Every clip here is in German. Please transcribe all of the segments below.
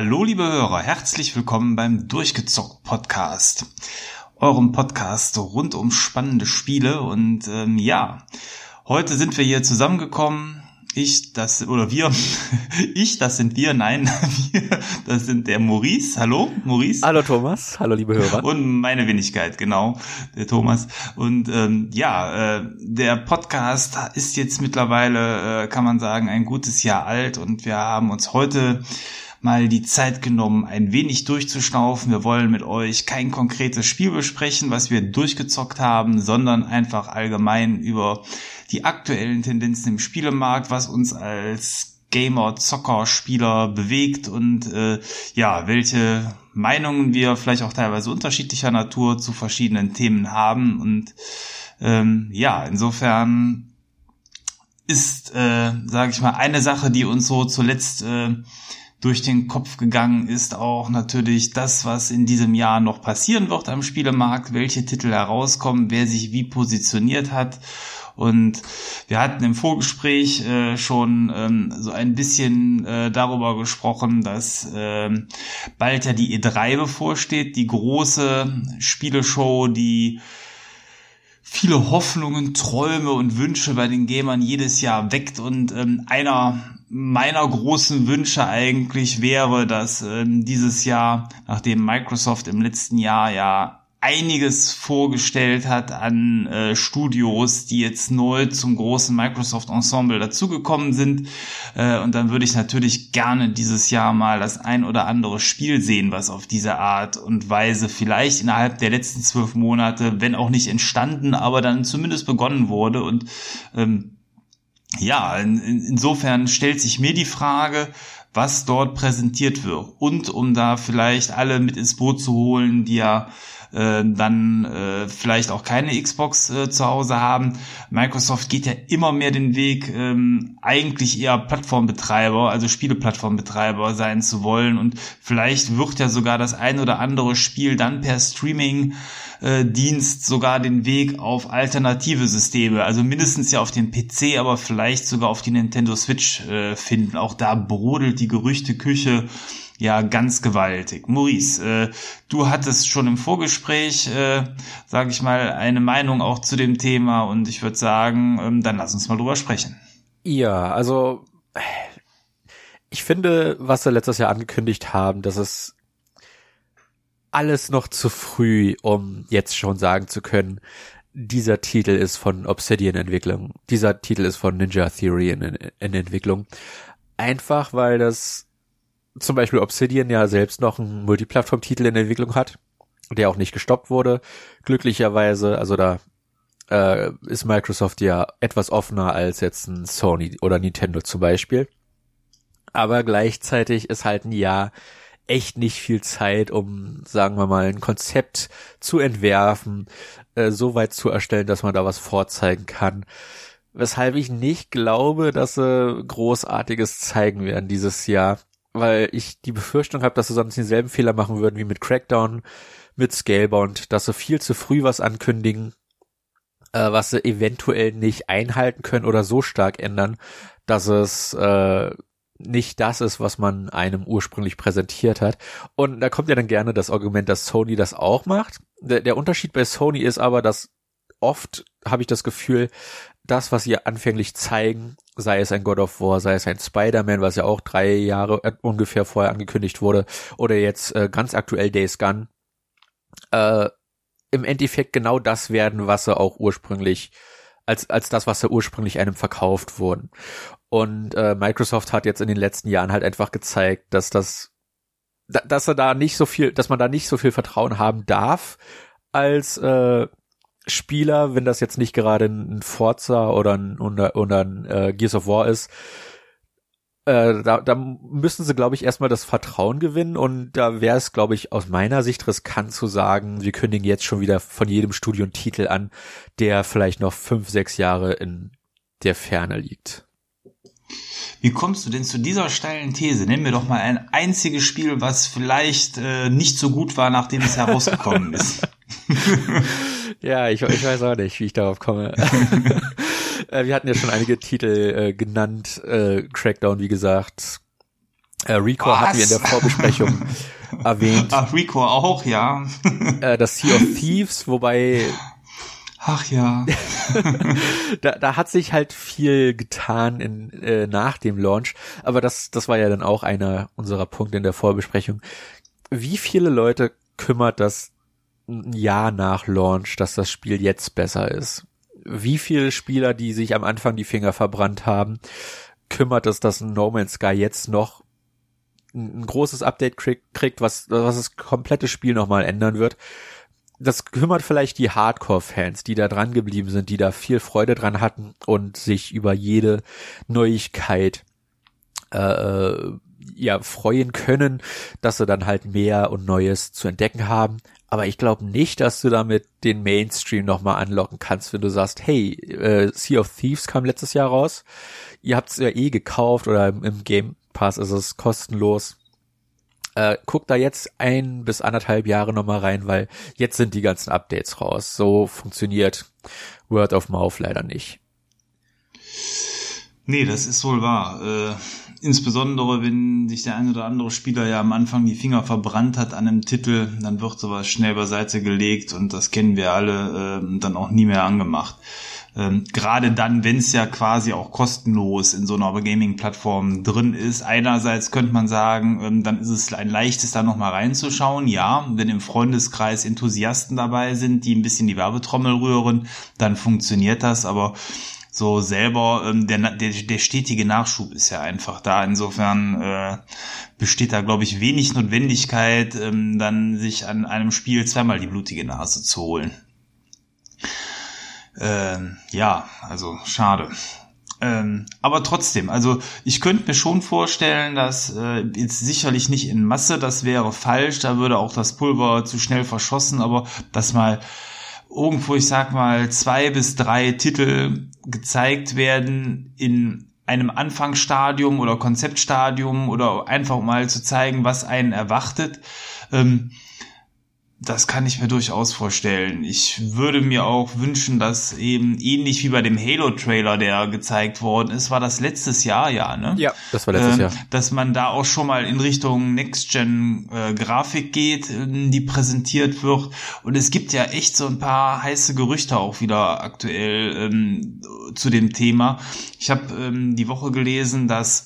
Hallo liebe Hörer, herzlich willkommen beim Durchgezockt Podcast, eurem Podcast rund um spannende Spiele und heute sind wir hier zusammengekommen. Das sind der Maurice. Hallo, Maurice. Hallo Thomas, hallo liebe Hörer. Und meine Wenigkeit, genau, der Thomas. Und der Podcast ist jetzt mittlerweile, kann man sagen, ein gutes Jahr alt und wir haben uns heute mal die Zeit genommen, ein wenig durchzuschnaufen. Wir wollen mit euch kein konkretes Spiel besprechen, was wir durchgezockt haben, sondern einfach allgemein über die aktuellen Tendenzen im Spielemarkt, was uns als Gamer, Zocker, Spieler bewegt und welche Meinungen wir vielleicht auch teilweise unterschiedlicher Natur zu verschiedenen Themen haben. Und insofern ist, eine Sache, die uns so zuletzt durch den Kopf gegangen ist, auch natürlich das, was in diesem Jahr noch passieren wird am Spielemarkt, welche Titel herauskommen, wer sich wie positioniert hat. Und wir hatten im Vorgespräch schon so ein bisschen darüber gesprochen, dass bald ja die E3 bevorsteht, die große Spieleshow, die viele Hoffnungen, Träume und Wünsche bei den Gamern jedes Jahr weckt. Und einer meiner großen Wünsche eigentlich wäre, dass dieses Jahr, nachdem Microsoft im letzten Jahr ja einiges vorgestellt hat an Studios, die jetzt neu zum großen Microsoft-Ensemble dazugekommen sind. Und dann würde ich natürlich gerne dieses Jahr mal das ein oder andere Spiel sehen, was auf diese Art und Weise vielleicht innerhalb der letzten 12 Monate, wenn auch nicht entstanden, aber dann zumindest begonnen wurde. Und insofern stellt sich mir die Frage, was dort präsentiert wird. Und um da vielleicht alle mit ins Boot zu holen, die ja vielleicht auch keine Xbox zu Hause haben. Microsoft geht ja immer mehr den Weg, eigentlich eher Plattformbetreiber, also Spieleplattformbetreiber sein zu wollen, und vielleicht wird ja sogar das ein oder andere Spiel dann per Streaming-Dienst sogar den Weg auf alternative Systeme, also mindestens ja auf den PC, aber vielleicht sogar auf die Nintendo Switch finden. Auch da brodelt die Gerüchteküche ja ganz gewaltig. Maurice, du hattest schon im Vorgespräch, eine Meinung auch zu dem Thema, und ich würde sagen, dann lass uns mal drüber sprechen. Ja, also ich finde, was wir letztes Jahr angekündigt haben, dass es alles noch zu früh, um jetzt schon sagen zu können, dieser Titel ist von Obsidian Entwicklung, dieser Titel ist von Ninja Theory in Entwicklung. Einfach, weil das zum Beispiel Obsidian ja selbst noch einen Multiplattform-Titel in Entwicklung hat, der auch nicht gestoppt wurde, glücklicherweise. Also da ist Microsoft ja etwas offener als jetzt ein Sony oder Nintendo zum Beispiel. Aber gleichzeitig ist halt ein Jahr echt nicht viel Zeit, um, sagen wir mal, ein Konzept zu entwerfen, so weit zu erstellen, dass man da was vorzeigen kann. Weshalb ich nicht glaube, dass sie Großartiges zeigen werden dieses Jahr, weil ich die Befürchtung habe, dass sie sonst denselben Fehler machen würden wie mit Crackdown, mit Scalebound, dass sie viel zu früh was ankündigen, was sie eventuell nicht einhalten können oder so stark ändern, dass es nicht das ist, was man einem ursprünglich präsentiert hat. Und da kommt ja dann gerne das Argument, dass Sony das auch macht. Der Unterschied bei Sony ist aber, dass oft, habe ich das Gefühl, das, was sie anfänglich zeigen, sei es ein God of War, sei es ein Spider-Man, was ja auch 3 Jahre ungefähr vorher angekündigt wurde, oder jetzt ganz aktuell Days Gone, im Endeffekt genau das werden, was sie auch ursprünglich, als das, was sie ursprünglich einem verkauft wurden. Und Microsoft hat jetzt in den letzten Jahren halt einfach gezeigt, dass man da nicht so viel Vertrauen haben darf als Spieler, wenn das jetzt nicht gerade ein Forza oder ein Gears of War ist. Da müssen sie, glaube ich, erstmal das Vertrauen gewinnen, und da wäre es, glaube ich, aus meiner Sicht riskant zu sagen, wir kündigen jetzt schon wieder von jedem Studio einen Titel an, der vielleicht noch 5-6 Jahre in der Ferne liegt. Wie kommst du denn zu dieser steilen These? Nenn mir doch mal ein einziges Spiel, was vielleicht nicht so gut war, nachdem es herausgekommen ist. Ja, ich weiß auch nicht, wie ich darauf komme. Wir hatten ja schon einige Titel genannt, Crackdown, wie gesagt, Recore hatten wir in der Vorbesprechung erwähnt. Ach, Recore auch, ja. Das Sea of Thieves, wobei ach ja. da hat sich halt viel getan nach dem Launch, aber das war ja dann auch einer unserer Punkte in der Vorbesprechung. Wie viele Leute kümmert das ein Jahr nach Launch, dass das Spiel jetzt besser ist? Wie viele Spieler, die sich am Anfang die Finger verbrannt haben, kümmert es, dass ein No Man's Sky jetzt noch ein großes Update kriegt, was das komplette Spiel nochmal ändern wird? Das kümmert vielleicht die Hardcore-Fans, die da dran geblieben sind, die da viel Freude dran hatten und sich über jede Neuigkeit freuen können, dass sie dann halt mehr und Neues zu entdecken haben. Aber ich glaube nicht, dass du damit den Mainstream nochmal anlocken kannst, wenn du sagst, hey, Sea of Thieves kam letztes Jahr raus, ihr habt es ja eh gekauft oder im Game Pass ist es kostenlos. Guck da jetzt 1 bis 1,5 Jahre nochmal rein, weil jetzt sind die ganzen Updates raus. So funktioniert Word of Mouth leider nicht. Nee, das ist wohl wahr. Insbesondere, wenn sich der ein oder andere Spieler ja am Anfang die Finger verbrannt hat an einem Titel, dann wird sowas schnell beiseite gelegt und das kennen wir alle, dann auch nie mehr angemacht. Gerade dann, wenn es ja quasi auch kostenlos in so einer Gaming-Plattform drin ist. Einerseits könnte man sagen, dann ist es ein leichtes, da nochmal reinzuschauen. Ja, wenn im Freundeskreis Enthusiasten dabei sind, die ein bisschen die Werbetrommel rühren, dann funktioniert das, aber so selber, der stetige Nachschub ist ja einfach da. Insofern besteht da, glaube ich, wenig Notwendigkeit, dann sich an einem Spiel zweimal die blutige Nase zu holen. Ja, also schade. Aber trotzdem, also ich könnte mir schon vorstellen, dass jetzt sicherlich nicht in Masse, das wäre falsch, da würde auch das Pulver zu schnell verschossen, aber dass mal irgendwo, ich sag mal, 2 bis 3 Titel gezeigt werden in einem Anfangsstadium oder Konzeptstadium oder einfach mal zu zeigen, was einen erwartet. Das kann ich mir durchaus vorstellen. Ich würde mir auch wünschen, dass eben ähnlich wie bei dem Halo-Trailer, der gezeigt worden ist, war das letztes Jahr, ja, ne? Ja, das war letztes Jahr. Dass man da auch schon mal in Richtung Next-Gen-Grafik geht, die präsentiert wird. Und es gibt ja echt so ein paar heiße Gerüchte auch wieder aktuell zu dem Thema. Ich habe die Woche gelesen, dass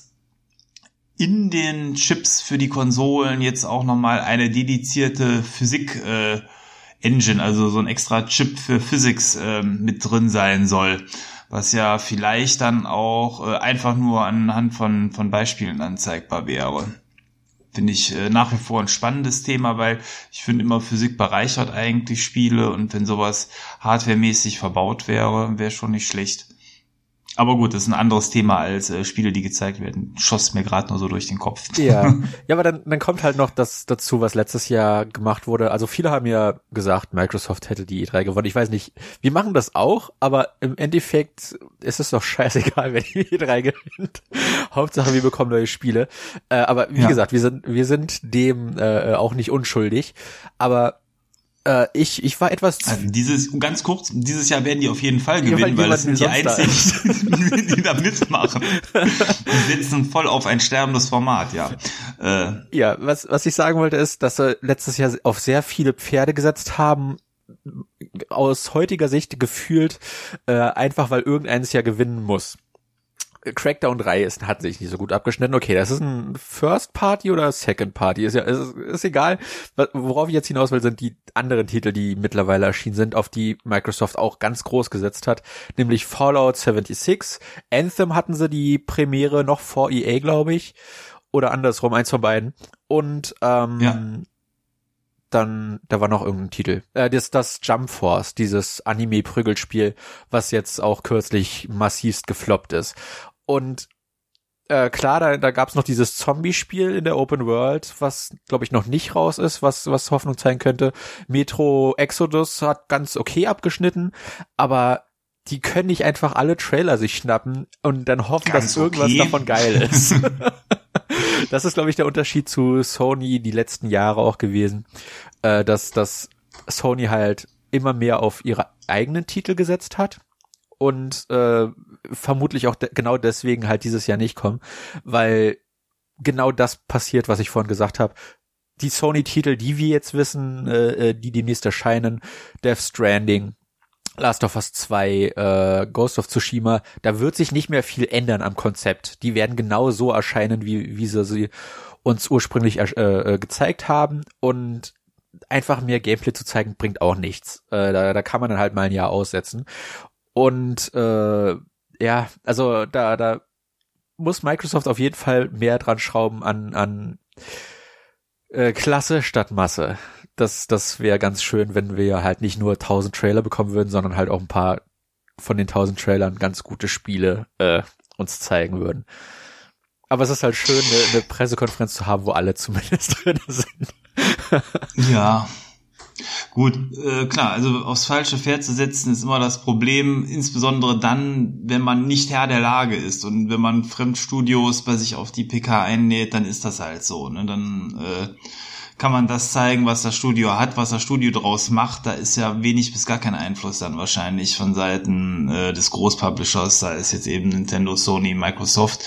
in den Chips für die Konsolen jetzt auch nochmal eine dedizierte Physik-Engine, also so ein extra Chip für Physics mit drin sein soll, was ja vielleicht dann auch einfach nur anhand von Beispielen anzeigbar wäre. Finde ich nach wie vor ein spannendes Thema, weil ich finde immer, Physik bereichert eigentlich Spiele und wenn sowas hardwaremäßig verbaut wäre schon nicht schlecht. Aber gut, das ist ein anderes Thema als Spiele, die gezeigt werden. Schoss mir gerade nur so durch den Kopf. Ja, aber dann kommt halt noch das dazu, was letztes Jahr gemacht wurde. Also viele haben ja gesagt, Microsoft hätte die E3 gewonnen. Ich weiß nicht, wir machen das auch, aber im Endeffekt ist es doch scheißegal, wer die E3 gewinnt. Hauptsache, wir bekommen neue Spiele. Aber wie gesagt, wir sind dem auch nicht unschuldig. Aber ich war etwas... Also dieses Jahr werden die auf jeden Fall gewinnen, weil das sind die einzigen, die da mitmachen. Die setzen voll auf ein sterbendes Format, ja. Ja, was ich sagen wollte ist, dass sie letztes Jahr auf sehr viele Pferde gesetzt haben, aus heutiger Sicht gefühlt, einfach weil irgendeines ja gewinnen muss. Crackdown 3 hat sich nicht so gut abgeschnitten. Okay, das ist ein First Party oder Second Party. Ist egal. Worauf ich jetzt hinaus will, sind die anderen Titel, die mittlerweile erschienen sind, auf die Microsoft auch ganz groß gesetzt hat. Nämlich Fallout 76. Anthem hatten sie die Premiere noch vor EA, glaube ich. Oder andersrum, eins von beiden. Und dann, da war noch irgendein Titel. Das Jump Force, dieses Anime-Prügelspiel, was jetzt auch kürzlich massivst gefloppt ist. Und klar, da gab's noch dieses Zombie-Spiel in der Open World, was, glaube ich, noch nicht raus ist, was Hoffnung zeigen könnte. Metro Exodus hat ganz okay abgeschnitten, aber die können nicht einfach alle Trailer sich schnappen und dann hoffen, dass irgendwas davon geil ist. Das ist, glaube ich, der Unterschied zu Sony die letzten Jahre auch gewesen, dass Sony halt immer mehr auf ihre eigenen Titel gesetzt hat und vermutlich auch genau deswegen halt dieses Jahr nicht kommen, weil genau das passiert, was ich vorhin gesagt habe. Die Sony-Titel, die wir jetzt wissen, die demnächst erscheinen, Death Stranding, Last of Us 2, Ghost of Tsushima, da wird sich nicht mehr viel ändern am Konzept. Die werden genau so erscheinen, wie sie uns ursprünglich gezeigt haben, und einfach mehr Gameplay zu zeigen bringt auch nichts. Da kann man dann halt mal ein Jahr aussetzen. Und ja, also da muss Microsoft auf jeden Fall mehr dran schrauben an Klasse statt Masse. Das wäre ganz schön, wenn wir halt nicht nur 1000 Trailer bekommen würden, sondern halt auch ein paar von den 1000 Trailern ganz gute Spiele uns zeigen würden. Aber es ist halt schön, eine Pressekonferenz zu haben, wo alle zumindest drin sind. Ja, gut, klar, also aufs falsche Pferd zu setzen ist immer das Problem, insbesondere dann, wenn man nicht Herr der Lage ist und wenn man Fremdstudios bei sich auf die PK einnäht, dann ist das halt so, ne? Dann kann man das zeigen, was das Studio hat, was das Studio draus macht. Da ist ja wenig bis gar kein Einfluss dann wahrscheinlich von Seiten des Großpublishers, sei es jetzt eben Nintendo, Sony, Microsoft.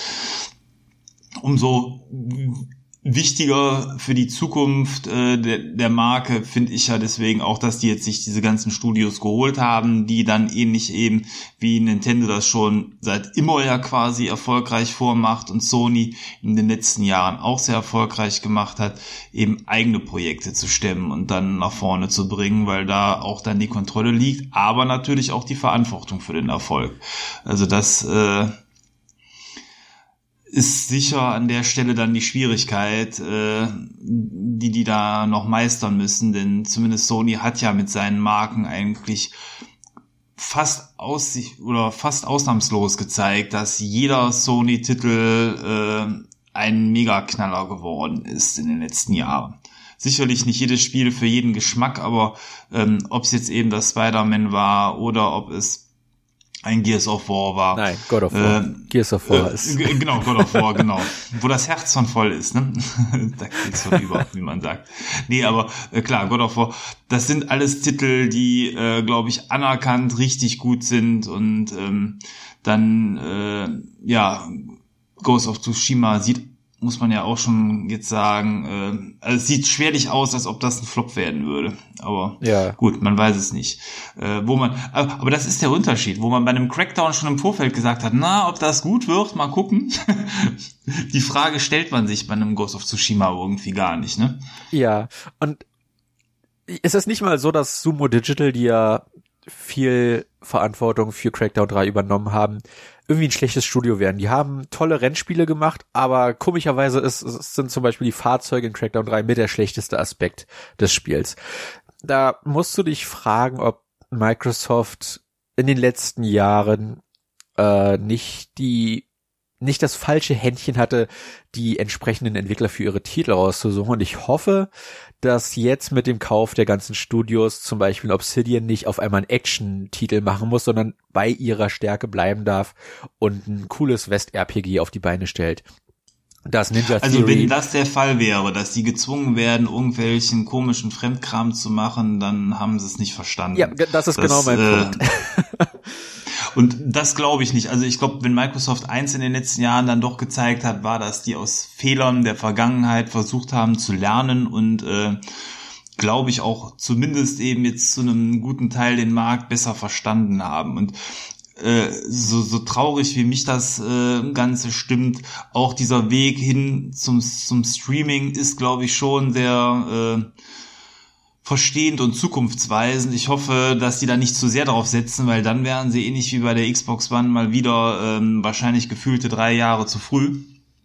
Umso wichtiger für die Zukunft der Marke finde ich ja deswegen auch, dass die jetzt sich diese ganzen Studios geholt haben, die dann ähnlich eben wie Nintendo das schon seit immer ja quasi erfolgreich vormacht und Sony in den letzten Jahren auch sehr erfolgreich gemacht hat, eben eigene Projekte zu stemmen und dann nach vorne zu bringen, weil da auch dann die Kontrolle liegt, aber natürlich auch die Verantwortung für den Erfolg. Also das ist sicher an der Stelle dann die Schwierigkeit, die da noch meistern müssen, denn zumindest Sony hat ja mit seinen Marken eigentlich fast ausnahmslos gezeigt, dass jeder Sony-Titel ein Megaknaller geworden ist in den letzten Jahren. Sicherlich nicht jedes Spiel für jeden Geschmack, aber ob es jetzt eben das Spider-Man war oder ob es ein Gears of War war. Nein, God of War. Gears of War ist. Genau, God of War, genau. Wo das Herz von voll ist, ne? Da geht's von über, wie man sagt. Nee, aber klar, God of War, das sind alles Titel, die, glaube ich, anerkannt richtig gut sind und dann, Ghost of Tsushima muss man ja auch schon jetzt sagen, also es sieht schwerlich aus, als ob das ein Flop werden würde. Aber ja, gut, man weiß es nicht. Aber das ist der Unterschied, wo man bei einem Crackdown schon im Vorfeld gesagt hat, ob das gut wird, mal gucken. Die Frage stellt man sich bei einem Ghost of Tsushima irgendwie gar nicht, ne? Ja, und es ist nicht mal so, dass Sumo Digital, die ja viel Verantwortung für Crackdown 3 übernommen haben, irgendwie ein schlechtes Studio werden. Die haben tolle Rennspiele gemacht, aber komischerweise sind zum Beispiel die Fahrzeuge in Crackdown 3 mit der schlechteste Aspekt des Spiels. Da musst du dich fragen, ob Microsoft in den letzten Jahren nicht das falsche Händchen hatte, die entsprechenden Entwickler für ihre Titel rauszusuchen. Und ich hoffe, dass jetzt mit dem Kauf der ganzen Studios zum Beispiel Obsidian nicht auf einmal einen Action-Titel machen muss, sondern bei ihrer Stärke bleiben darf und ein cooles West-RPG auf die Beine stellt. Das Ninja Theory. Also wenn das der Fall wäre, dass die gezwungen werden, irgendwelchen komischen Fremdkram zu machen, dann haben sie es nicht verstanden. Ja, das ist genau mein Punkt. Und das glaube ich nicht. Also ich glaube, wenn Microsoft eins in den letzten Jahren dann doch gezeigt hat, war, dass die aus Fehlern der Vergangenheit versucht haben zu lernen und glaube ich auch zumindest eben jetzt zu einem guten Teil den Markt besser verstanden haben. Und so traurig wie mich das Ganze stimmt, auch dieser Weg hin zum Streaming ist, glaube ich, schon sehr verstehend und zukunftsweisend. Ich hoffe, dass die da nicht zu sehr drauf setzen, weil dann wären sie ähnlich wie bei der Xbox One mal wieder wahrscheinlich gefühlte 3 Jahre zu früh.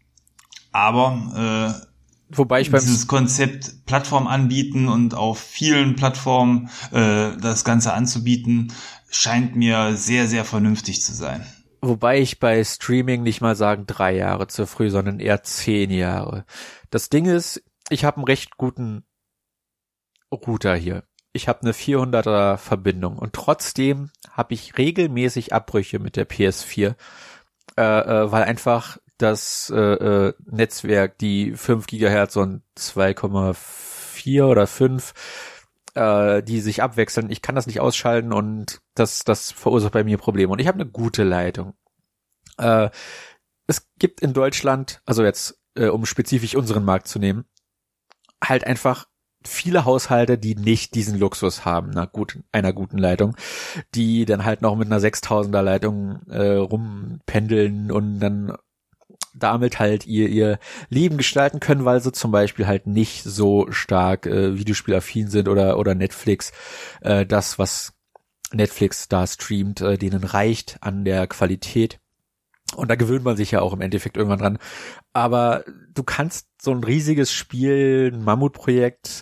Aber wobei ich dieses Konzept Plattform anbieten und auf vielen Plattformen das Ganze anzubieten, scheint mir sehr, sehr vernünftig zu sein. Wobei ich bei Streaming nicht mal sagen 3 Jahre zu früh, sondern eher 10 Jahre. Das Ding ist, ich habe einen recht guten Router hier. Ich habe eine 400er Verbindung und trotzdem habe ich regelmäßig Abbrüche mit der PS4, weil einfach das Netzwerk, die 5 Gigahertz und 2,4 oder 5, die sich abwechseln, ich kann das nicht ausschalten und das verursacht bei mir Probleme. Und ich habe eine gute Leitung. Es gibt in Deutschland, also jetzt um spezifisch unseren Markt zu nehmen, halt einfach viele Haushalte, die nicht diesen Luxus haben, einer guten Leitung, die dann halt noch mit einer 6000er Leitung rumpendeln und dann damit halt ihr Leben gestalten können, weil sie zum Beispiel halt nicht so stark videospielaffin sind oder Netflix, das, was Netflix da streamt, denen reicht an der Qualität. Und da gewöhnt man sich ja auch im Endeffekt irgendwann dran. Aber du kannst so ein riesiges Spiel, ein Mammutprojekt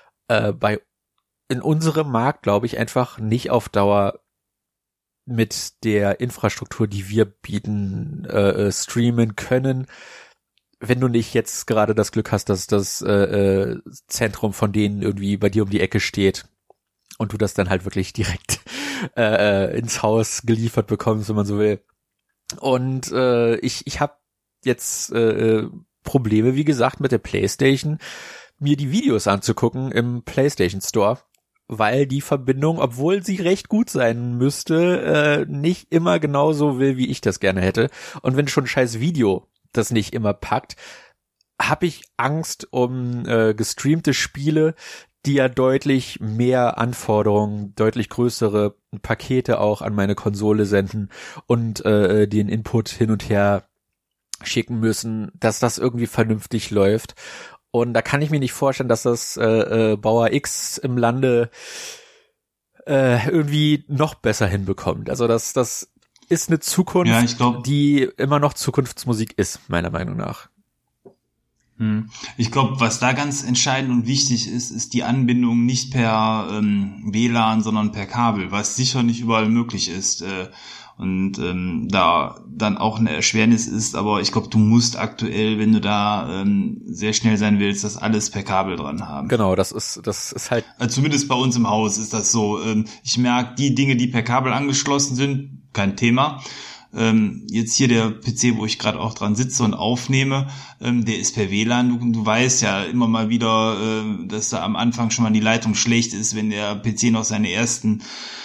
in unserem Markt, glaube ich, einfach nicht auf Dauer mit der Infrastruktur, die wir bieten, streamen können, wenn du nicht jetzt gerade das Glück hast, dass das Zentrum von denen irgendwie bei dir um die Ecke steht und du das dann halt wirklich direkt ins Haus geliefert bekommst, wenn man so will. Und ich habe jetzt Probleme, wie gesagt, mit der PlayStation, mir die Videos anzugucken im PlayStation Store, weil die Verbindung, obwohl sie recht gut sein müsste, nicht immer genauso will, wie ich das gerne hätte. Und wenn schon ein scheiß Video das nicht immer packt, habe ich Angst um gestreamte Spiele, die ja deutlich mehr Anforderungen, deutlich größere Pakete auch an meine Konsole senden und den Input hin und her schicken müssen, dass das irgendwie vernünftig läuft. Und da kann ich mir nicht vorstellen, dass das Bauer X im Lande irgendwie noch besser hinbekommt. Also das ist eine Zukunft, ja, die immer noch Zukunftsmusik ist, meiner Meinung nach. Ich glaube, was da ganz entscheidend und wichtig ist die Anbindung nicht per WLAN, sondern per Kabel, was sicher nicht überall möglich ist und da dann auch eine Erschwernis ist, aber ich glaube, du musst aktuell, wenn du da sehr schnell sein willst, das alles per Kabel dran haben. Genau, das ist halt... Also zumindest bei uns im Haus ist das so. Ich merke, die Dinge, die per Kabel angeschlossen sind, kein Thema. Jetzt hier der PC, wo ich gerade auch dran sitze und aufnehme, der ist per WLAN. Du weißt ja immer mal wieder, dass da am Anfang schon mal die Leitung schlecht ist, wenn der PC noch seine ersten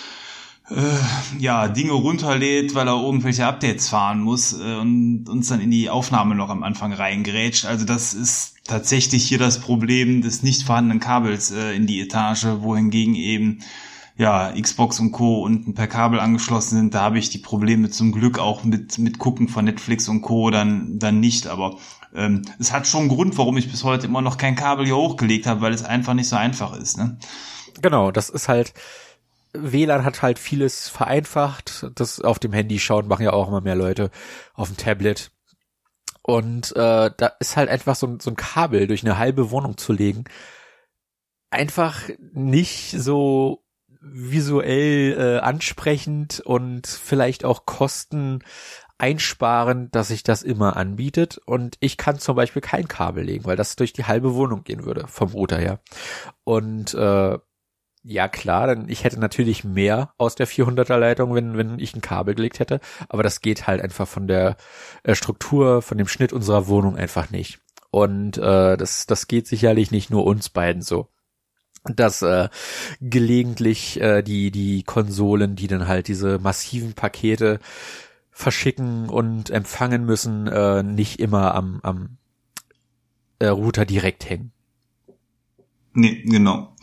Dinge runterlädt, weil er irgendwelche Updates fahren muss und uns dann in die Aufnahme noch am Anfang reingrätscht. Also das ist tatsächlich hier das Problem des nicht vorhandenen Kabels in die Etage, wohingegen eben Xbox und Co. unten per Kabel angeschlossen sind. Da habe ich die Probleme zum Glück auch mit Gucken von Netflix und Co. dann nicht. Aber es hat schon einen Grund, warum ich bis heute immer noch kein Kabel hier hochgelegt habe, weil es einfach nicht so einfach ist. Ne? Genau, das ist halt, WLAN hat halt vieles vereinfacht. Das auf dem Handy schauen machen ja auch immer mehr Leute, auf dem Tablet. Und da ist halt einfach so ein Kabel durch eine halbe Wohnung zu legen, einfach nicht so visuell ansprechend und vielleicht auch kosteneinsparend, dass sich das immer anbietet. Und ich kann zum Beispiel kein Kabel legen, weil das durch die halbe Wohnung gehen würde, vom Router her. Und ja klar, dann ich hätte natürlich mehr aus der 400er Leitung, wenn ich ein Kabel gelegt hätte, aber das geht halt einfach von der Struktur, von dem Schnitt unserer Wohnung einfach nicht. Und das geht sicherlich nicht nur uns beiden so, dass gelegentlich die Konsolen, die dann halt diese massiven Pakete verschicken und empfangen müssen, nicht immer am Router direkt hängen. Nee, genau.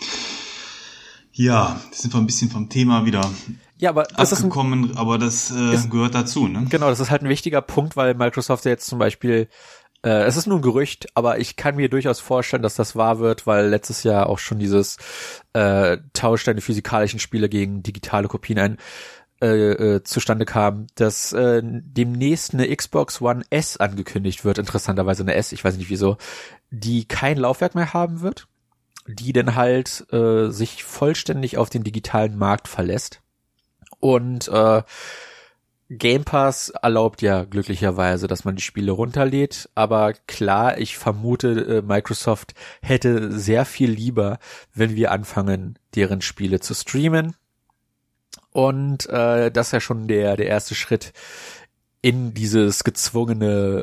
Ja, jetzt sind wir ein bisschen vom Thema wieder abgekommen, aber das gehört dazu, ne? Genau, das ist halt ein wichtiger Punkt, weil Microsoft ja jetzt zum Beispiel, es ist nur ein Gerücht, aber ich kann mir durchaus vorstellen, dass das wahr wird, weil letztes Jahr auch schon dieses Tausch deine physikalischen Spiele gegen digitale Kopien zustande kam, dass demnächst eine Xbox One S angekündigt wird, interessanterweise eine S, ich weiß nicht wieso, die kein Laufwerk mehr haben wird, die dann halt sich vollständig auf den digitalen Markt verlässt. Und Game Pass erlaubt ja glücklicherweise, dass man die Spiele runterlädt, aber klar, ich vermute, Microsoft hätte sehr viel lieber, wenn wir anfangen, deren Spiele zu streamen. Und das ist ja schon der erste Schritt in dieses gezwungene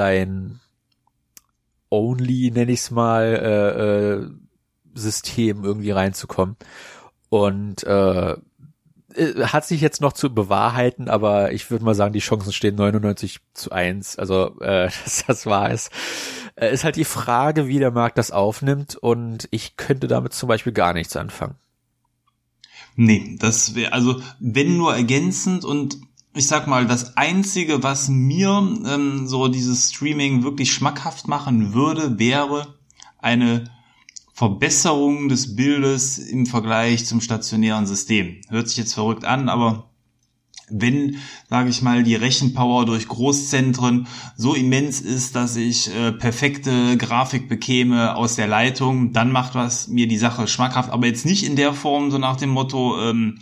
Online-Only, nenne ich es mal, System irgendwie reinzukommen. Und hat sich jetzt noch zu bewahrheiten, aber ich würde mal sagen, die Chancen stehen 99:1. Also das war es. Ist halt die Frage, wie der Markt das aufnimmt, und ich könnte damit zum Beispiel gar nichts anfangen. Nee, das wäre, also wenn nur ergänzend, und ich sag mal, das Einzige, was mir so dieses Streaming wirklich schmackhaft machen würde, wäre eine Verbesserung des Bildes im Vergleich zum stationären System. Hört sich jetzt verrückt an, aber wenn, sage ich mal, die Rechenpower durch Großzentren so immens ist, dass ich perfekte Grafik bekäme aus der Leitung, dann macht was mir die Sache schmackhaft, aber jetzt nicht in der Form, so nach dem Motto,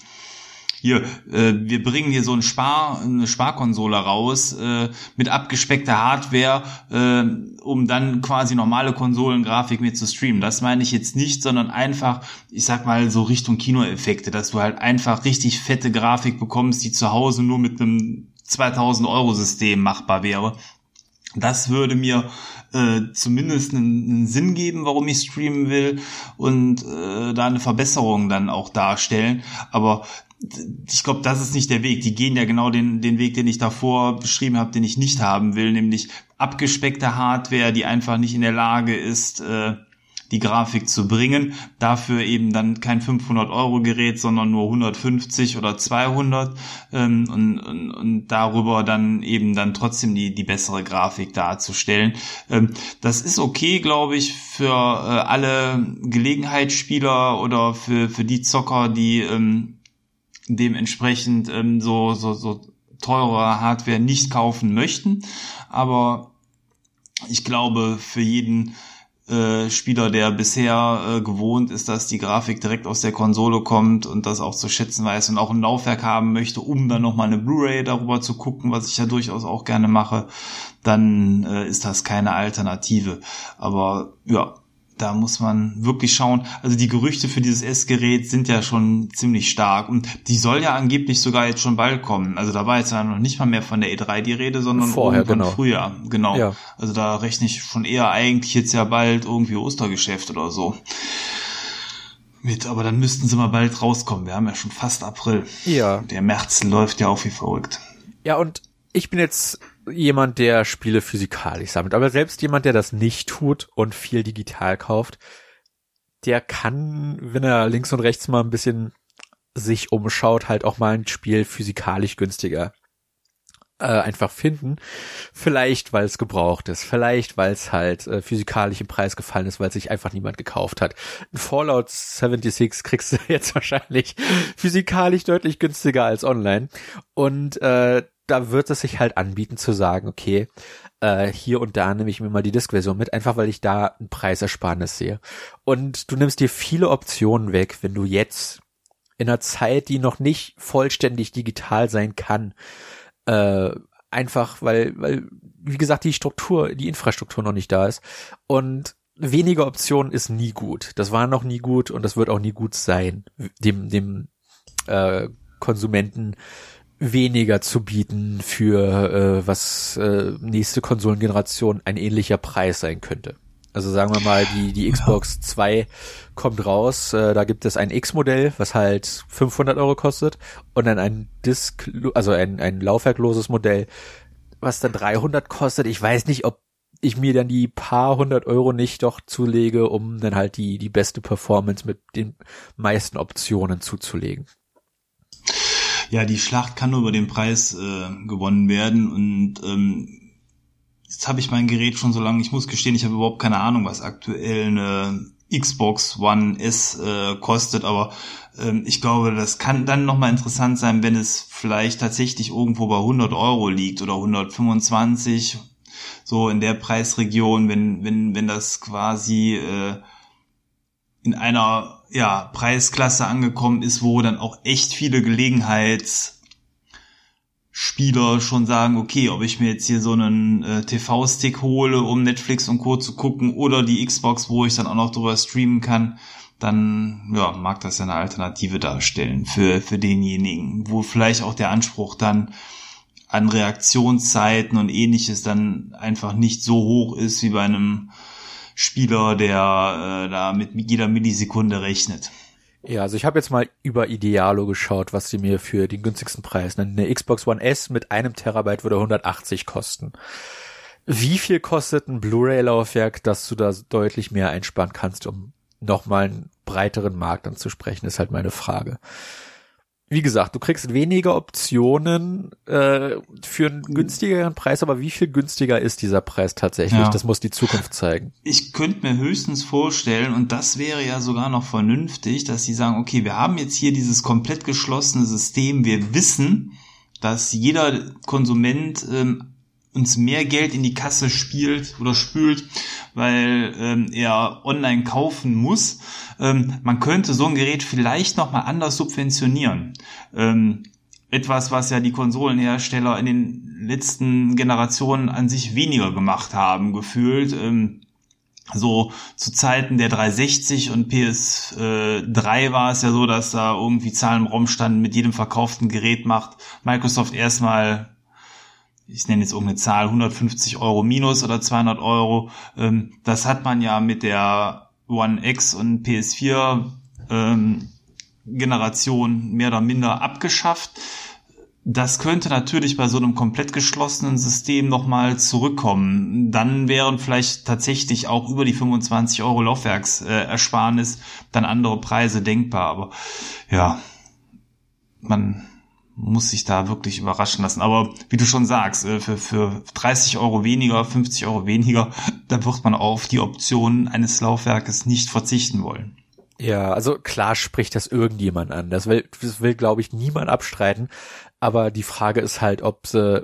wir bringen hier so eine Sparkonsole raus mit abgespeckter Hardware, um dann quasi normale Konsolengrafik mit zu streamen. Das meine ich jetzt nicht, sondern einfach, ich sag mal, so Richtung Kinoeffekte, dass du halt einfach richtig fette Grafik bekommst, die zu Hause nur mit einem 2000-Euro-System machbar wäre. Das würde mir zumindest einen Sinn geben, warum ich streamen will, und da eine Verbesserung dann auch darstellen. Aber ich glaube, das ist nicht der Weg. Die gehen ja genau den Weg, den ich davor beschrieben habe, den ich nicht haben will, nämlich abgespeckte Hardware, die einfach nicht in der Lage ist, die Grafik zu bringen. Dafür eben dann kein 500-Euro-Gerät, sondern nur 150 oder 200 und darüber dann eben dann trotzdem die bessere Grafik darzustellen. Das ist okay, glaube ich, für alle Gelegenheitsspieler oder für die Zocker, die dementsprechend so teure Hardware nicht kaufen möchten. Aber ich glaube, für jeden Spieler, der bisher gewohnt ist, dass die Grafik direkt aus der Konsole kommt und das auch zu schätzen weiß und auch ein Laufwerk haben möchte, um dann nochmal eine Blu-ray darüber zu gucken, was ich ja durchaus auch gerne mache, dann ist das keine Alternative. Aber ja, da muss man wirklich schauen. Also die Gerüchte für dieses S-Gerät sind ja schon ziemlich stark. Und die soll ja angeblich sogar jetzt schon bald kommen. Also da war jetzt ja noch nicht mal mehr von der E3 die Rede, sondern vorher, irgendwann genau. Frühjahr. Genau. Ja. Also da rechne ich schon eher eigentlich jetzt ja bald irgendwie Ostergeschäft oder so mit. Aber dann müssten sie mal bald rauskommen. Wir haben ja schon fast April. Ja. Der März läuft ja auch wie verrückt. Ja, und ich bin jetzt jemand, der Spiele physikalisch sammelt, aber selbst jemand, der das nicht tut und viel digital kauft, der kann, wenn er links und rechts mal ein bisschen sich umschaut, halt auch mal ein Spiel physikalisch günstiger einfach finden. Vielleicht, weil es gebraucht ist, vielleicht, weil es halt physikalisch im Preis gefallen ist, weil sich einfach niemand gekauft hat. Ein Fallout 76 kriegst du jetzt wahrscheinlich physikalisch deutlich günstiger als online, und da wird es sich halt anbieten zu sagen, okay, hier und da nehme ich mir mal die Disk-Version mit, einfach weil ich da ein Preisersparnis sehe. Und du nimmst dir viele Optionen weg, wenn du jetzt in einer Zeit, die noch nicht vollständig digital sein kann, einfach weil, wie gesagt, die Infrastruktur noch nicht da ist. Und weniger Optionen ist nie gut. Das war noch nie gut und das wird auch nie gut sein, dem Konsumenten weniger zu bieten für was nächste Konsolengeneration ein ähnlicher Preis sein könnte. Also sagen wir mal, die Xbox 2 kommt raus, da gibt es ein X-Modell, was halt 500 Euro kostet, und dann ein ein laufwerkloses Modell, was dann 300 kostet. Ich weiß nicht, ob ich mir dann die paar 100 Euro nicht doch zulege, um dann halt die beste Performance mit den meisten Optionen zuzulegen. Ja, die Schlacht kann nur über den Preis gewonnen werden, und jetzt habe ich mein Gerät schon so lange, ich muss gestehen, ich habe überhaupt keine Ahnung, was aktuell eine Xbox One S kostet, aber ich glaube, das kann dann nochmal interessant sein, wenn es vielleicht tatsächlich irgendwo bei 100 Euro liegt oder 125, so in der Preisregion, wenn das quasi in einer Preisklasse angekommen ist, wo dann auch echt viele Gelegenheitsspieler schon sagen, okay, ob ich mir jetzt hier so einen TV-Stick hole, um Netflix und Co. zu gucken, oder die Xbox, wo ich dann auch noch drüber streamen kann, dann mag das ja eine Alternative darstellen für denjenigen, wo vielleicht auch der Anspruch dann an Reaktionszeiten und ähnliches dann einfach nicht so hoch ist wie bei einem Spieler, der da mit jeder Millisekunde rechnet. Ja, also ich habe jetzt mal über Idealo geschaut, was sie mir für den günstigsten Preis nennen. Eine Xbox One S mit 1 Terabyte würde 180 kosten. Wie viel kostet ein Blu-ray-Laufwerk, dass du da deutlich mehr einsparen kannst, um nochmal einen breiteren Markt anzusprechen, ist halt meine Frage. Wie gesagt, du kriegst weniger Optionen für einen günstigeren Preis, aber wie viel günstiger ist dieser Preis tatsächlich? Ja. Das muss die Zukunft zeigen. Ich könnte mir höchstens vorstellen, und das wäre ja sogar noch vernünftig, dass sie sagen, okay, wir haben jetzt hier dieses komplett geschlossene System, wir wissen, dass jeder Konsument uns mehr Geld in die Kasse spielt oder spült, weil er online kaufen muss. Man könnte so ein Gerät vielleicht nochmal anders subventionieren. Etwas, was ja die Konsolenhersteller in den letzten Generationen an sich weniger gemacht haben, gefühlt. So zu Zeiten der 360 und PS3 war es ja so, dass da irgendwie Zahlen im Raum standen, mit jedem verkauften Gerät macht Microsoft erstmal, ich nenne jetzt irgendeine Zahl, 150 € minus oder 200 €. Das hat man ja mit der One X und PS4 Generation mehr oder minder abgeschafft. Das könnte natürlich bei so einem komplett geschlossenen System nochmal zurückkommen. Dann wären vielleicht tatsächlich auch über die 25 € Laufwerksersparnis dann andere Preise denkbar. Aber ja, man muss sich da wirklich überraschen lassen. Aber wie du schon sagst, für 30 € weniger, 50 € weniger, da wird man auf die Option eines Laufwerkes nicht verzichten wollen. Ja, also klar spricht das irgendjemand an. Das will glaube ich, niemand abstreiten. Aber die Frage ist halt, ob sie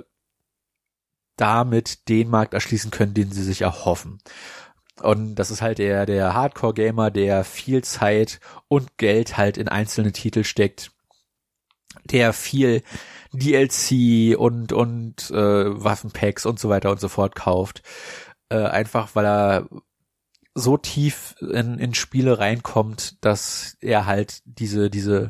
damit den Markt erschließen können, den sie sich erhoffen. Und das ist halt der Hardcore-Gamer, der viel Zeit und Geld halt in einzelne Titel steckt, der viel DLC und Waffenpacks und so weiter und so fort kauft. Einfach weil er so tief in Spiele reinkommt, dass er halt diese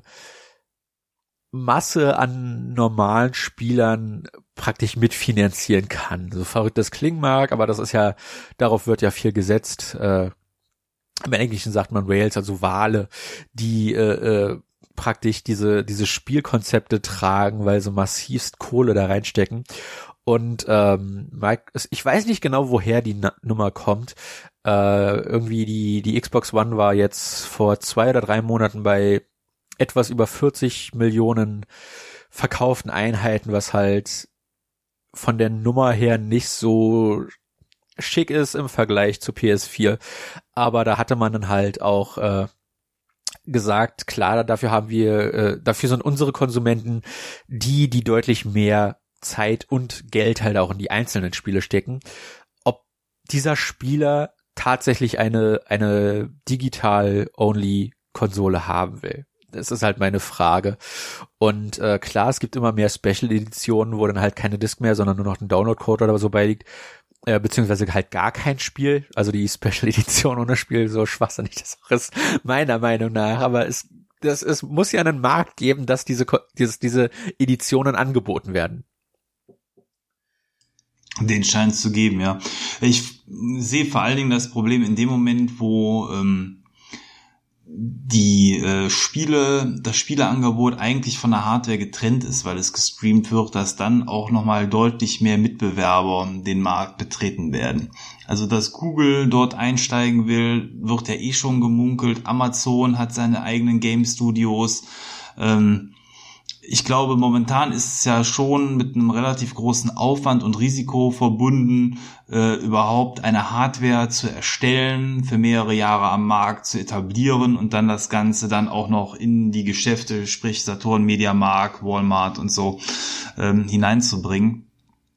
Masse an normalen Spielern praktisch mitfinanzieren kann. So verrückt das klingen mag, aber das ist ja, darauf wird ja viel gesetzt. Im Englischen sagt man Whales, also Wale, die praktisch diese Spielkonzepte tragen, weil so massivst Kohle da reinstecken. Und ich weiß nicht genau, woher die Nummer kommt. Irgendwie die Xbox One war jetzt vor 2 oder 3 Monaten bei etwas über 40 Millionen verkauften Einheiten, was halt von der Nummer her nicht so schick ist im Vergleich zu PS4. Aber da hatte man dann halt auch gesagt, klar, dafür sind unsere Konsumenten die deutlich mehr Zeit und Geld halt auch in die einzelnen Spiele stecken. Ob dieser Spieler tatsächlich eine Digital-Only-Konsole haben will. Das ist halt meine Frage. Und klar, es gibt immer mehr Special-Editionen, wo dann halt keine Disc mehr, sondern nur noch ein Download-Code oder so beiliegt. Beziehungsweise halt gar kein Spiel. Also die Special-Edition ohne Spiel, so schwachsinnig das auch ist, meiner Meinung nach. Aber es muss ja einen Markt geben, dass diese Editionen angeboten werden. Den scheint es zu geben, ja. Ich sehe vor allen Dingen das Problem in dem Moment, wo das Spieleangebot eigentlich von der Hardware getrennt ist, weil es gestreamt wird, dass dann auch nochmal deutlich mehr Mitbewerber den Markt betreten werden. Also, dass Google dort einsteigen will, wird ja eh schon gemunkelt. Amazon hat seine eigenen Game Studios. Ich glaube, momentan ist es ja schon mit einem relativ großen Aufwand und Risiko verbunden, überhaupt eine Hardware zu erstellen, für mehrere Jahre am Markt zu etablieren und dann das Ganze dann auch noch in die Geschäfte, sprich Saturn, Mediamarkt, Walmart und so hineinzubringen.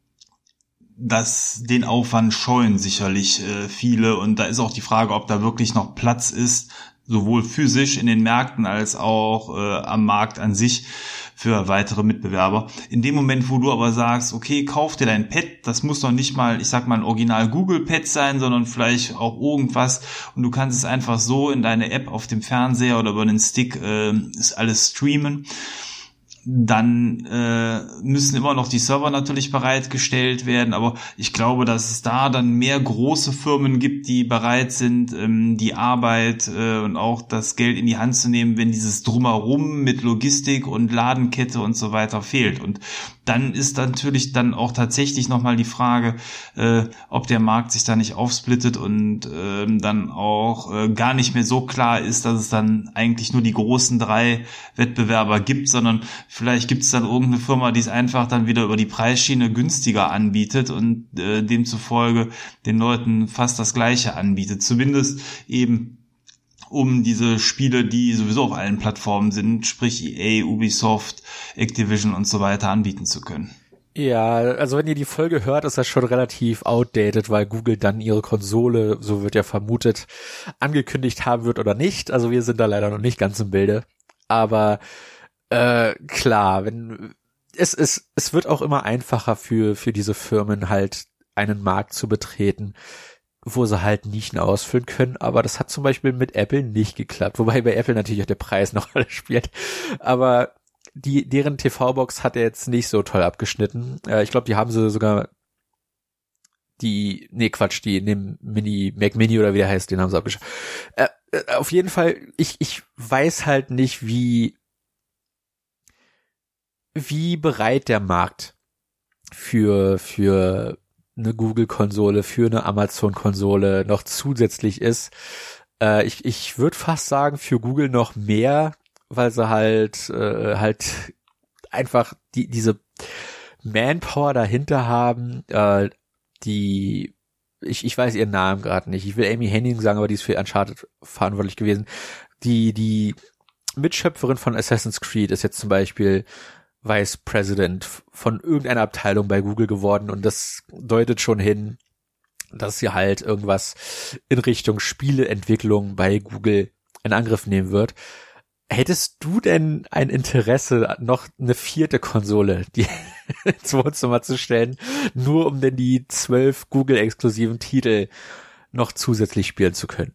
Den Aufwand scheuen sicherlich viele und da ist auch die Frage, ob da wirklich noch Platz ist, sowohl physisch in den Märkten als auch am Markt an sich für weitere Mitbewerber. In dem Moment, wo du aber sagst, okay, kauf dir dein Pad, das muss noch nicht mal, ich sag mal, ein Original Google Pad sein, sondern vielleicht auch irgendwas und du kannst es einfach so in deine App auf dem Fernseher oder über den Stick ist alles streamen, dann müssen immer noch die Server natürlich bereitgestellt werden, aber ich glaube, dass es da dann mehr große Firmen gibt, die bereit sind, die Arbeit und auch das Geld in die Hand zu nehmen, wenn dieses Drumherum mit Logistik und Ladenkette und so weiter fehlt. Und dann ist natürlich dann auch tatsächlich nochmal die Frage, ob der Markt sich da nicht aufsplittet und dann auch gar nicht mehr so klar ist, dass es dann eigentlich nur die großen 3 Wettbewerber gibt, sondern vielleicht gibt es dann irgendeine Firma, die es einfach dann wieder über die Preisschiene günstiger anbietet und demzufolge den Leuten fast das Gleiche anbietet. Zumindest eben um diese Spiele, die sowieso auf allen Plattformen sind, sprich EA, Ubisoft, Activision und so weiter anbieten zu können. Ja, also wenn ihr die Folge hört, ist das schon relativ outdated, weil Google dann ihre Konsole, so wird ja vermutet, angekündigt haben wird oder nicht. Also wir sind da leider noch nicht ganz im Bilde. Aber klar, es wird auch immer einfacher für diese Firmen halt einen Markt zu betreten, wo sie halt Nischen ausfüllen können, aber das hat zum Beispiel mit Apple nicht geklappt, wobei bei Apple natürlich auch der Preis noch alles spielt, aber deren TV-Box hat er jetzt nicht so toll abgeschnitten. Ich glaube, die haben sie sogar die in dem Mac Mini oder wie der heißt, den haben sie abgeschnitten. Auf jeden Fall, ich weiß halt nicht, wie bereit der Markt für eine Google-Konsole, für eine Amazon-Konsole noch zusätzlich ist. Ich würde fast sagen, für Google noch mehr, weil sie halt einfach diese Manpower dahinter haben, ich weiß ihren Namen gerade nicht. Ich will Amy Hennig sagen, aber die ist für Uncharted verantwortlich gewesen. Die Mitschöpferin von Assassin's Creed ist jetzt zum Beispiel Vice President von irgendeiner Abteilung bei Google geworden und das deutet schon hin, dass sie halt irgendwas in Richtung Spieleentwicklung bei Google in Angriff nehmen wird. Hättest du denn ein Interesse, noch eine 4. Konsole ins Wohnzimmer zu stellen, nur um denn die 12 Google-exklusiven Titel noch zusätzlich spielen zu können?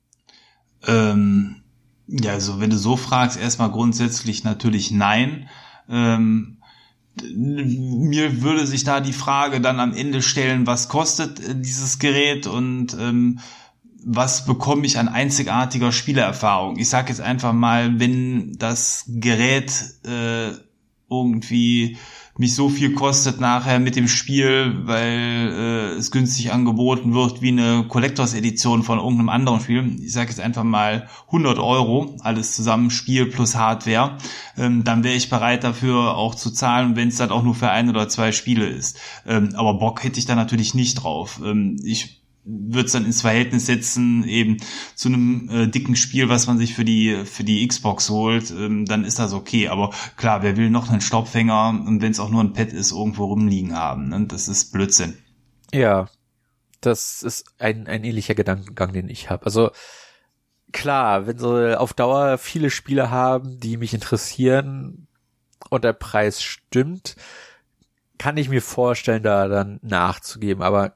Ja, also wenn du so fragst, erstmal grundsätzlich natürlich nein. Mir würde sich da die Frage dann am Ende stellen, was kostet dieses Gerät und was bekomme ich an einzigartiger Spielerfahrung? Ich sage jetzt einfach mal, wenn das Gerät irgendwie mich so viel kostet nachher mit dem Spiel, weil es günstig angeboten wird wie eine Collectors-Edition von irgendeinem anderen Spiel. Ich sage jetzt einfach mal 100 €, alles zusammen, Spiel plus Hardware. Dann wäre ich bereit dafür auch zu zahlen, wenn es dann auch nur für 1 oder 2 Spiele ist. Aber Bock hätte ich da natürlich nicht drauf. Ich würde es dann ins Verhältnis setzen eben zu einem dicken Spiel, was man sich für die Xbox holt, dann ist das okay. Aber klar, wer will noch einen Staubfänger und wenn es auch nur ein Pad ist, irgendwo rumliegen haben, ne? Das ist Blödsinn. Ja, das ist ein ähnlicher Gedankengang, den ich habe. Also klar, wenn sie auf Dauer viele Spiele haben, die mich interessieren und der Preis stimmt, kann ich mir vorstellen, da dann nachzugeben, aber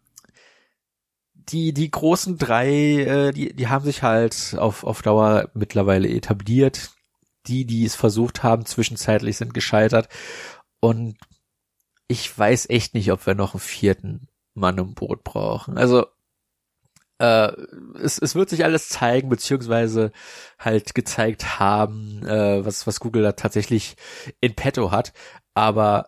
die großen 3, die haben sich halt auf Dauer mittlerweile etabliert. Die es versucht haben, zwischenzeitlich sind gescheitert. Und ich weiß echt nicht, ob wir noch einen 4. Mann im Boot brauchen. Also es wird sich alles zeigen, beziehungsweise halt gezeigt haben, was Google da tatsächlich in petto hat. Aber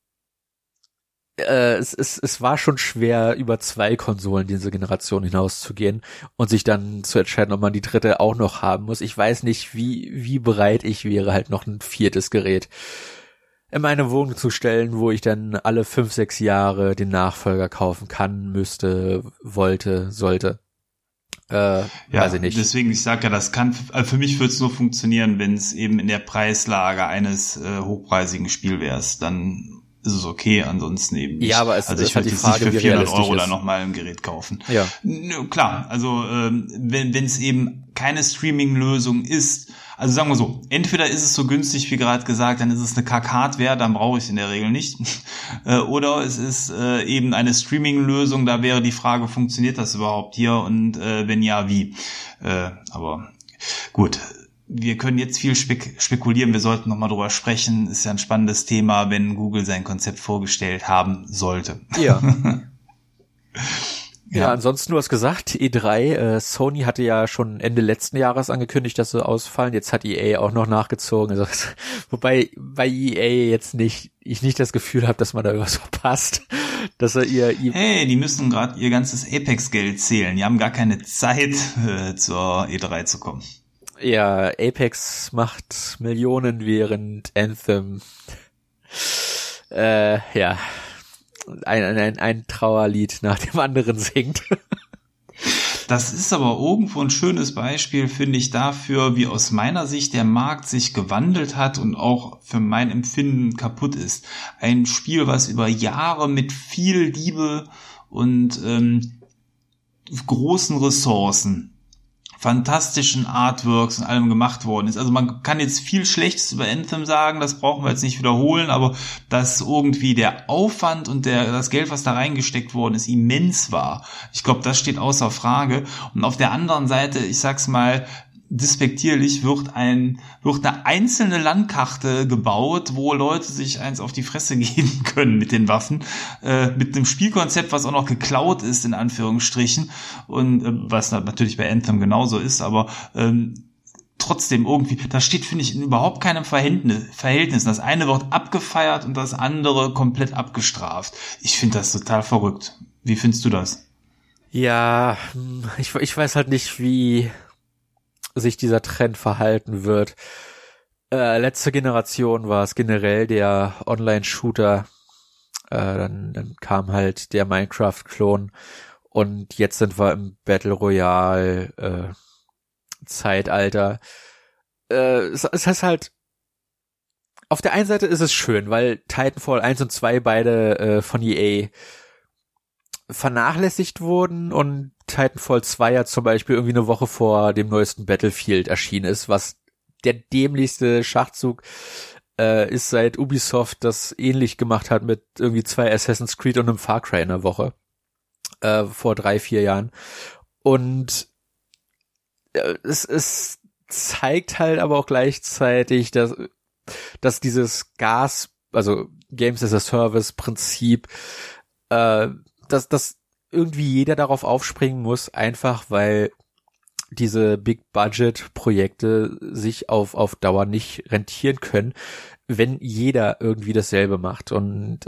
es war schon schwer, über 2 Konsolen diese Generation hinauszugehen und sich dann zu entscheiden, ob man die 3. auch noch haben muss. Ich weiß nicht, wie bereit ich wäre, halt noch ein 4. Gerät in meine Wohnung zu stellen, wo ich dann alle 5, 6 Jahre den Nachfolger kaufen kann, müsste, wollte, sollte. Weiß ich nicht. Deswegen, ich sage ja, das kann, für mich würde es nur funktionieren, wenn es eben in der Preislage eines hochpreisigen Spielwares, dann ist es okay, ansonsten eben nicht. Ja, aber es also ist halt die Frage, nicht für 400 € ist. da nochmal ein Gerät kaufen. Ja. Klar, also wenn es eben keine Streaming-Lösung ist, also sagen wir so, entweder ist es so günstig wie gerade gesagt, dann ist es eine Kack-Hardware, dann brauche ich es in der Regel nicht. Oder es ist eben eine Streaming-Lösung, da wäre die Frage, funktioniert das überhaupt hier und wenn ja, wie? Aber gut. wir können jetzt viel spekulieren, wir sollten nochmal drüber sprechen. Ist ja ein spannendes Thema, wenn Google sein Konzept vorgestellt haben sollte. Ja. Ja, ansonsten, du hast gesagt, E3, Sony hatte ja schon Ende letzten Jahres angekündigt, dass sie ausfallen. Jetzt hat EA auch noch nachgezogen. Also, wobei bei EA jetzt ich nicht das Gefühl habe, dass man da irgendwas verpasst. Dass er Hey, die müssen gerade ihr ganzes Apex-Geld zählen. Die haben gar keine Zeit, zur E3 zu kommen. Ja, Apex macht Millionen, während Anthem ein Trauerlied nach dem anderen singt. Das ist aber irgendwo ein schönes Beispiel, finde ich, dafür, wie aus meiner Sicht der Markt sich gewandelt hat und auch für mein Empfinden kaputt ist. Ein Spiel, was über Jahre mit viel Liebe und großen Ressourcen, fantastischen Artworks und allem gemacht worden ist. Also man kann jetzt viel Schlechtes über Anthem sagen, das brauchen wir jetzt nicht wiederholen, aber dass irgendwie der Aufwand und das Geld, was da reingesteckt worden ist, immens war. Ich glaube, das steht außer Frage. Und auf der anderen Seite, ich sag's mal despektierlich, wird eine einzelne Landkarte gebaut, wo Leute sich eins auf die Fresse geben können mit den Waffen, mit einem Spielkonzept, was auch noch geklaut ist, in Anführungsstrichen, und was natürlich bei Anthem genauso ist, aber trotzdem irgendwie, da steht, finde ich, in überhaupt keinem Verhältnis. Das eine wird abgefeiert und das andere komplett abgestraft. Ich finde das total verrückt. Wie findest du das? Ja, ich weiß halt nicht, wie sich dieser Trend verhalten wird. Letzte Generation war es generell der Online-Shooter. Dann kam halt der Minecraft-Klon und jetzt sind wir im Battle Royale Zeitalter. Es heißt halt, auf der einen Seite ist es schön, weil Titanfall 1 und 2 beide von EA vernachlässigt wurden und Titanfall 2 ja zum Beispiel irgendwie eine Woche vor dem neuesten Battlefield erschienen ist, was der dämlichste Schachzug ist, seit Ubisoft das ähnlich gemacht hat mit irgendwie 2 Assassin's Creed und einem Far Cry in der Woche vor 3-4 Jahren. Und es zeigt halt aber auch gleichzeitig, dass dieses Games as a Service Prinzip, dass irgendwie jeder darauf aufspringen muss, einfach weil diese Big-Budget-Projekte sich auf Dauer nicht rentieren können, wenn jeder irgendwie dasselbe macht. Und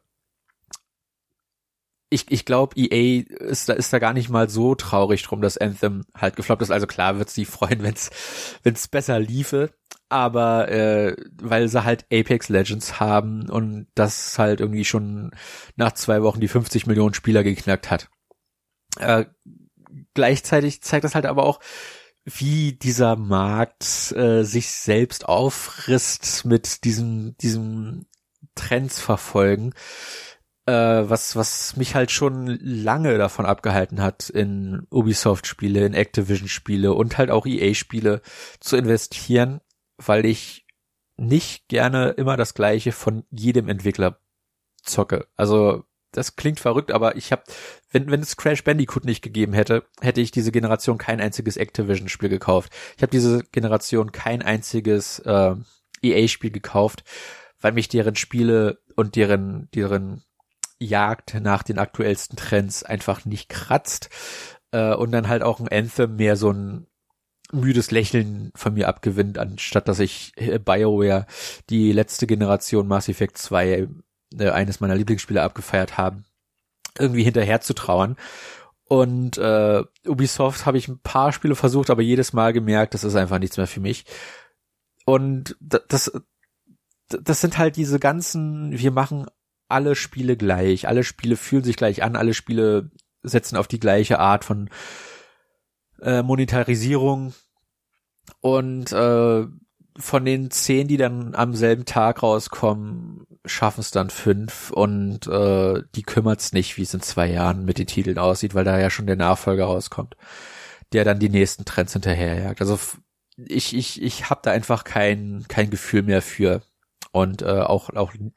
ich glaube, EA ist da gar nicht mal so traurig drum, dass Anthem halt gefloppt ist. Also klar wird's die freuen, wenn's besser liefe, aber weil sie halt Apex Legends haben und das halt irgendwie schon nach 2 Wochen die 50 Millionen Spieler geknackt hat. Gleichzeitig zeigt das halt aber auch, wie dieser Markt sich selbst auffrisst mit diesem Trends verfolgen, was mich halt schon lange davon abgehalten hat, in Ubisoft-Spiele, in Activision-Spiele und halt auch EA-Spiele zu investieren, weil ich nicht gerne immer das Gleiche von jedem Entwickler zocke. Also das klingt verrückt, aber wenn es Crash Bandicoot nicht gegeben hätte, hätte ich diese Generation kein einziges Activision-Spiel gekauft. Ich habe diese Generation kein einziges EA-Spiel gekauft, weil mich deren Spiele und deren Jagd nach den aktuellsten Trends einfach nicht kratzt und dann halt auch ein Anthem mehr so ein müdes Lächeln von mir abgewinnt, anstatt dass ich BioWare, die letzte Generation Mass Effect 2, eines meiner Lieblingsspiele abgefeiert haben, irgendwie hinterher zu trauern. Und Ubisoft habe ich ein paar Spiele versucht, aber jedes Mal gemerkt, das ist einfach nichts mehr für mich. Und das sind halt diese ganzen, wir machen alle Spiele gleich, alle Spiele fühlen sich gleich an, alle Spiele setzen auf die gleiche Art von Monetarisierung und von den 10, die dann am selben Tag rauskommen, schaffen es dann 5 und die kümmert's nicht, wie es in 2 Jahren mit den Titeln aussieht, weil da ja schon der Nachfolger rauskommt, der dann die nächsten Trends hinterherjagt. Also ich habe da einfach kein Gefühl mehr für und auch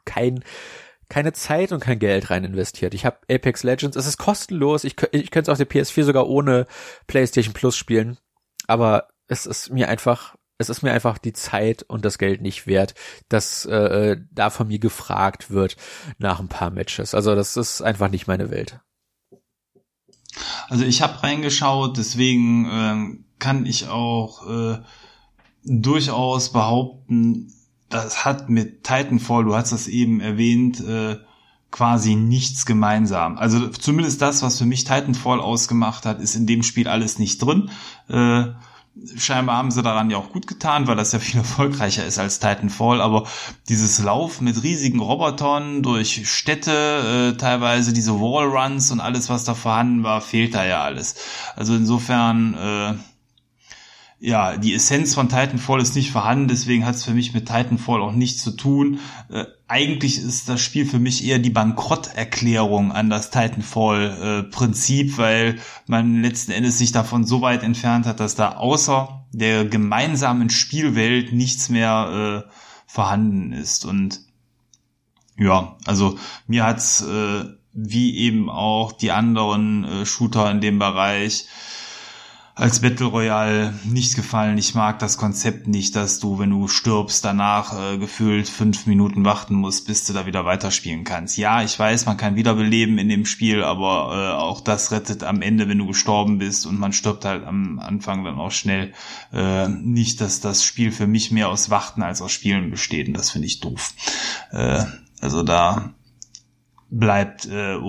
keine Zeit und kein Geld rein investiert. Ich habe Apex Legends, es ist kostenlos, ich könnte es auf der PS4 sogar ohne PlayStation Plus spielen, aber es ist mir einfach es ist mir einfach die Zeit und das Geld nicht wert, dass da von mir gefragt wird nach ein paar Matches. Also das ist einfach nicht meine Welt. Also ich habe reingeschaut, deswegen kann ich auch durchaus behaupten, das hat mit Titanfall, du hast das eben erwähnt, quasi nichts gemeinsam. Also zumindest das, was für mich Titanfall ausgemacht hat, ist in dem Spiel alles nicht drin. Scheinbar haben sie daran ja auch gut getan, weil das ja viel erfolgreicher ist als Titanfall, aber dieses Lauf mit riesigen Robotern durch Städte, teilweise diese Wallruns und alles, was da vorhanden war, fehlt da ja alles. Also insofern, ja, die Essenz von Titanfall ist nicht vorhanden, deswegen hat es für mich mit Titanfall auch nichts zu tun. Eigentlich ist das Spiel für mich eher die Bankrotterklärung an das Titanfall-Prinzip, weil man letzten Endes sich davon so weit entfernt hat, dass da außer der gemeinsamen Spielwelt nichts mehr vorhanden ist. Und ja, also mir hat's wie eben auch die anderen Shooter in dem Bereich als Battle Royale nicht gefallen. Ich mag das Konzept nicht, dass du, wenn du stirbst, danach gefühlt 5 Minuten warten musst, bis du da wieder weiterspielen kannst. Ja, ich weiß, man kann wiederbeleben in dem Spiel, aber auch das rettet am Ende, wenn du gestorben bist, und man stirbt halt am Anfang dann auch schnell, nicht, dass das Spiel für mich mehr aus Warten als aus Spielen besteht, und das finde ich doof. Also da bleibt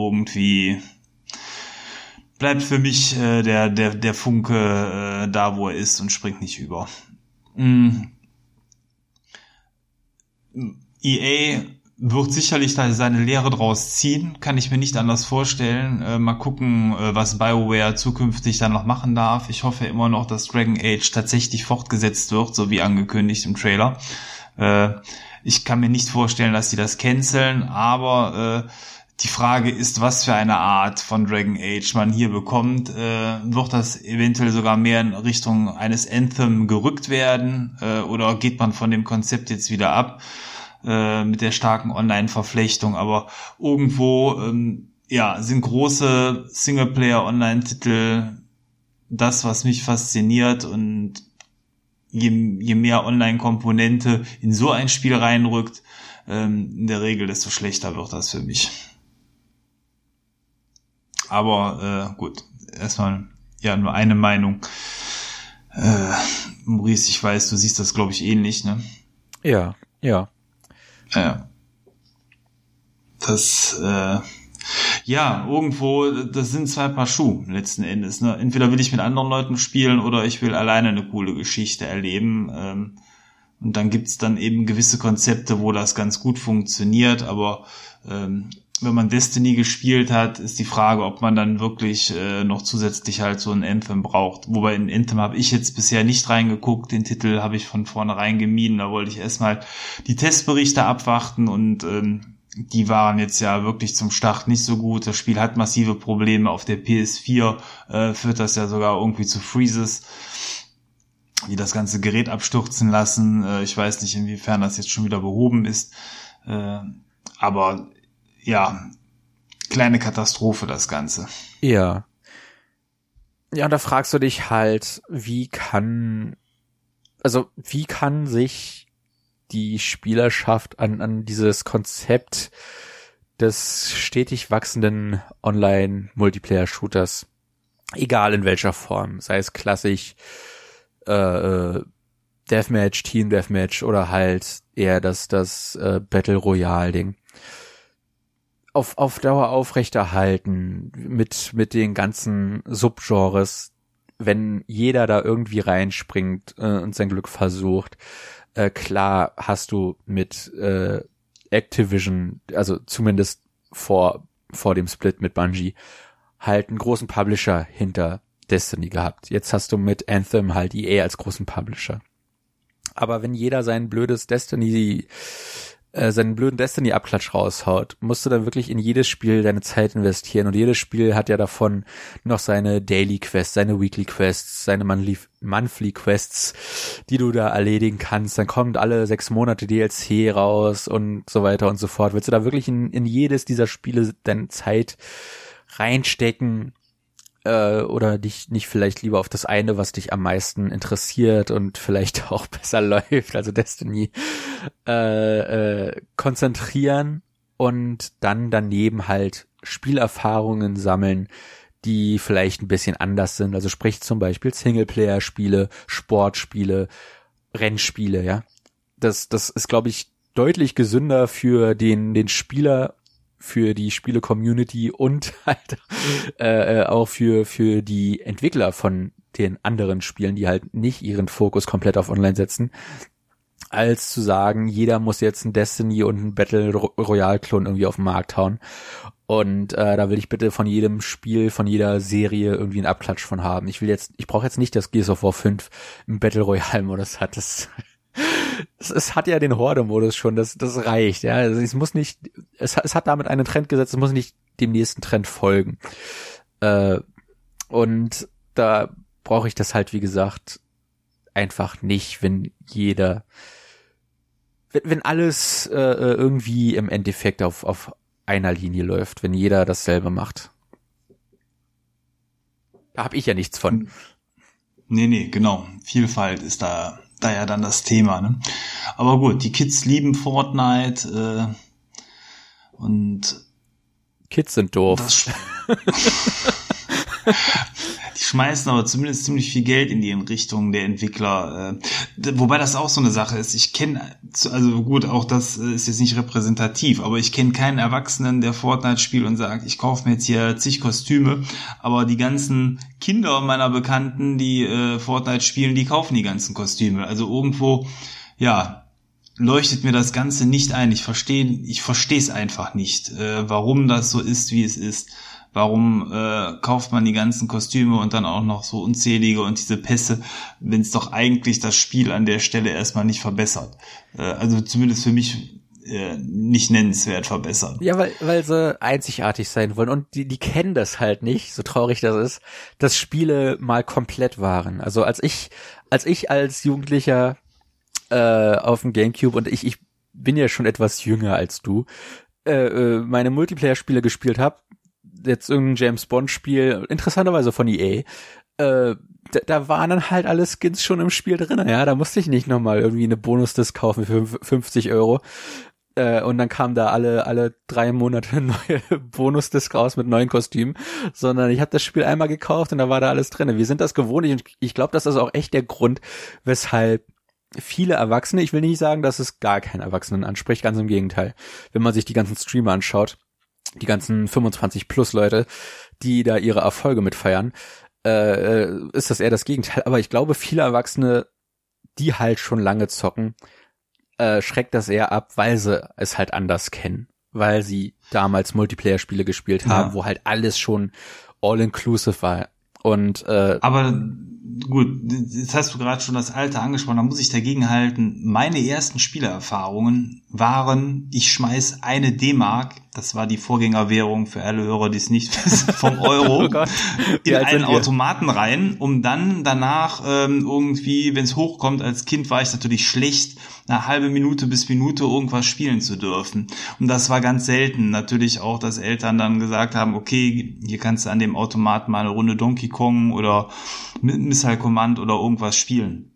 bleibt für mich der Funke da, wo er ist, und springt nicht über. EA wird sicherlich da seine Lehre draus ziehen, kann ich mir nicht anders vorstellen. Mal gucken, was BioWare zukünftig dann noch machen darf. Ich hoffe immer noch, dass Dragon Age tatsächlich fortgesetzt wird, so wie angekündigt im Trailer. Ich kann mir nicht vorstellen, dass sie das canceln, aber die Frage ist, was für eine Art von Dragon Age man hier bekommt. Wird das eventuell sogar mehr in Richtung eines Anthem gerückt werden? Oder geht man von dem Konzept jetzt wieder ab mit der starken Online-Verflechtung? Aber irgendwo sind große Singleplayer-Online-Titel das, was mich fasziniert. Und je mehr Online-Komponente in so ein Spiel reinrückt, in der Regel, desto schlechter wird das für mich. Aber gut, erstmal ja nur eine Meinung. Maurice, ich weiß, du siehst das, glaube ich, ähnlich, ne? Ja. Das, irgendwo, das sind 2 Paar Schuhe letzten Endes, ne? Entweder will ich mit anderen Leuten spielen oder ich will alleine eine coole Geschichte erleben. Und dann gibt's dann eben gewisse Konzepte, wo das ganz gut funktioniert, aber wenn man Destiny gespielt hat, ist die Frage, ob man dann wirklich noch zusätzlich halt so ein Anthem braucht. Wobei in Anthem habe ich jetzt bisher nicht reingeguckt, den Titel habe ich von vornherein gemieden, da wollte ich erstmal die Testberichte abwarten, und die waren jetzt ja wirklich zum Start nicht so gut. Das Spiel hat massive Probleme. Auf der PS4 führt das ja sogar irgendwie zu Freezes, die das ganze Gerät abstürzen lassen. Ich weiß nicht, inwiefern das jetzt schon wieder behoben ist. Aber ja, kleine Katastrophe, das Ganze. Ja. Ja, und da fragst du dich halt, wie kann sich die Spielerschaft an dieses Konzept des stetig wachsenden Online-Multiplayer-Shooters, egal in welcher Form, sei es klassisch, Deathmatch, Team Deathmatch oder halt eher das Battle Royale Ding, auf Dauer aufrechterhalten mit den ganzen Subgenres, wenn jeder da irgendwie reinspringt und sein Glück versucht. Klar hast du mit Activision, also zumindest vor dem Split mit Bungie, halt einen großen Publisher hinter Destiny gehabt. Jetzt hast du mit Anthem halt EA als großen Publisher. Aber wenn jeder seinen blöden Destiny-Abklatsch raushaut, musst du dann wirklich in jedes Spiel deine Zeit investieren, und jedes Spiel hat ja davon noch seine Daily Quests, seine Weekly Quests, seine Monthly Quests, die du da erledigen kannst. Dann kommt alle 6 Monate DLC raus und so weiter und so fort. Willst du da wirklich in jedes dieser Spiele deine Zeit reinstecken? oder dich nicht vielleicht lieber auf das eine, was dich am meisten interessiert und vielleicht auch besser läuft, also Destiny, konzentrieren und dann daneben halt Spielerfahrungen sammeln, die vielleicht ein bisschen anders sind. Also sprich zum Beispiel Singleplayer-Spiele, Sportspiele, Rennspiele, ja. Das ist, glaube ich, deutlich gesünder für den Spieler, für die Spiele-Community und halt auch für die Entwickler von den anderen Spielen, die halt nicht ihren Fokus komplett auf Online setzen, als zu sagen, jeder muss jetzt ein Destiny und ein Battle Royale-Klon irgendwie auf den Markt hauen. Und da will ich bitte von jedem Spiel, von jeder Serie irgendwie einen Abklatsch von haben. Ich brauche jetzt nicht, dass Gears of War 5 einen Battle Royale-Modus hat. Es hat ja den Horde-Modus schon, das reicht, ja. Also es muss nicht, es hat damit einen Trend gesetzt, es muss nicht dem nächsten Trend folgen. Und da brauche ich das halt, wie gesagt, einfach nicht, wenn alles irgendwie im Endeffekt auf einer Linie läuft, wenn jeder dasselbe macht. Da habe ich ja nichts von. Nee, genau. Vielfalt ist da ja dann das Thema, ne? Aber gut, die Kids lieben Fortnite und Kids sind doof. Die schmeißen aber zumindest ziemlich viel Geld in die Richtung der Entwickler. Wobei das auch so eine Sache ist. Ich kenne, also gut, auch das ist jetzt nicht repräsentativ, aber ich kenne keinen Erwachsenen, der Fortnite spielt und sagt, ich kaufe mir jetzt hier zig Kostüme, aber die ganzen Kinder meiner Bekannten, die Fortnite spielen, die kaufen die ganzen Kostüme. Also irgendwo, ja, leuchtet mir das Ganze nicht ein. Ich verstehe es einfach nicht, warum das so ist, wie es ist. Warum kauft man die ganzen Kostüme und dann auch noch so unzählige und diese Pässe, wenn es doch eigentlich das Spiel an der Stelle erstmal nicht verbessert. Also zumindest für mich nicht nennenswert verbessert. Ja, weil sie einzigartig sein wollen und die kennen das halt nicht, so traurig das ist, dass Spiele mal komplett waren. Also als ich als Jugendlicher auf dem GameCube, und ich bin ja schon etwas jünger als du, meine Multiplayer-Spiele gespielt habe, jetzt irgendein James-Bond-Spiel, interessanterweise von EA, da waren dann halt alle Skins schon im Spiel drin, ja, da musste ich nicht nochmal irgendwie eine Bonus-Disc kaufen für 50 Euro, und dann kam da alle 3 Monate neue Bonus-Disc raus mit neuen Kostümen, sondern ich habe das Spiel einmal gekauft und da war da alles drin. Wir sind das gewohnt und ich glaube, das ist auch echt der Grund, weshalb viele Erwachsene, ich will nicht sagen, dass es gar keinen Erwachsenen anspricht, ganz im Gegenteil. Wenn man sich die ganzen Streamer anschaut, die ganzen 25-plus-Leute, die da ihre Erfolge mitfeiern, ist das eher das Gegenteil. Aber ich glaube, viele Erwachsene, die halt schon lange zocken, schreckt das eher ab, weil sie es halt anders kennen. Weil sie damals Multiplayer-Spiele gespielt haben, wo halt alles schon all-inclusive war. Und aber gut, jetzt hast du gerade schon das Alter angesprochen, da muss ich dagegen halten. Meine ersten Spielererfahrungen waren, ich schmeiß eine D-Mark, das war die Vorgängerwährung für alle Hörer, die es nicht wissen, vom Euro, in einen Automaten rein, um dann danach irgendwie, wenn es hochkommt, als Kind war ich natürlich schlecht, eine halbe Minute bis Minute irgendwas spielen zu dürfen. Und das war ganz selten. Natürlich auch, dass Eltern dann gesagt haben, okay, hier kannst du an dem Automaten mal eine Runde Donkey Kong oder Missile Command oder irgendwas spielen.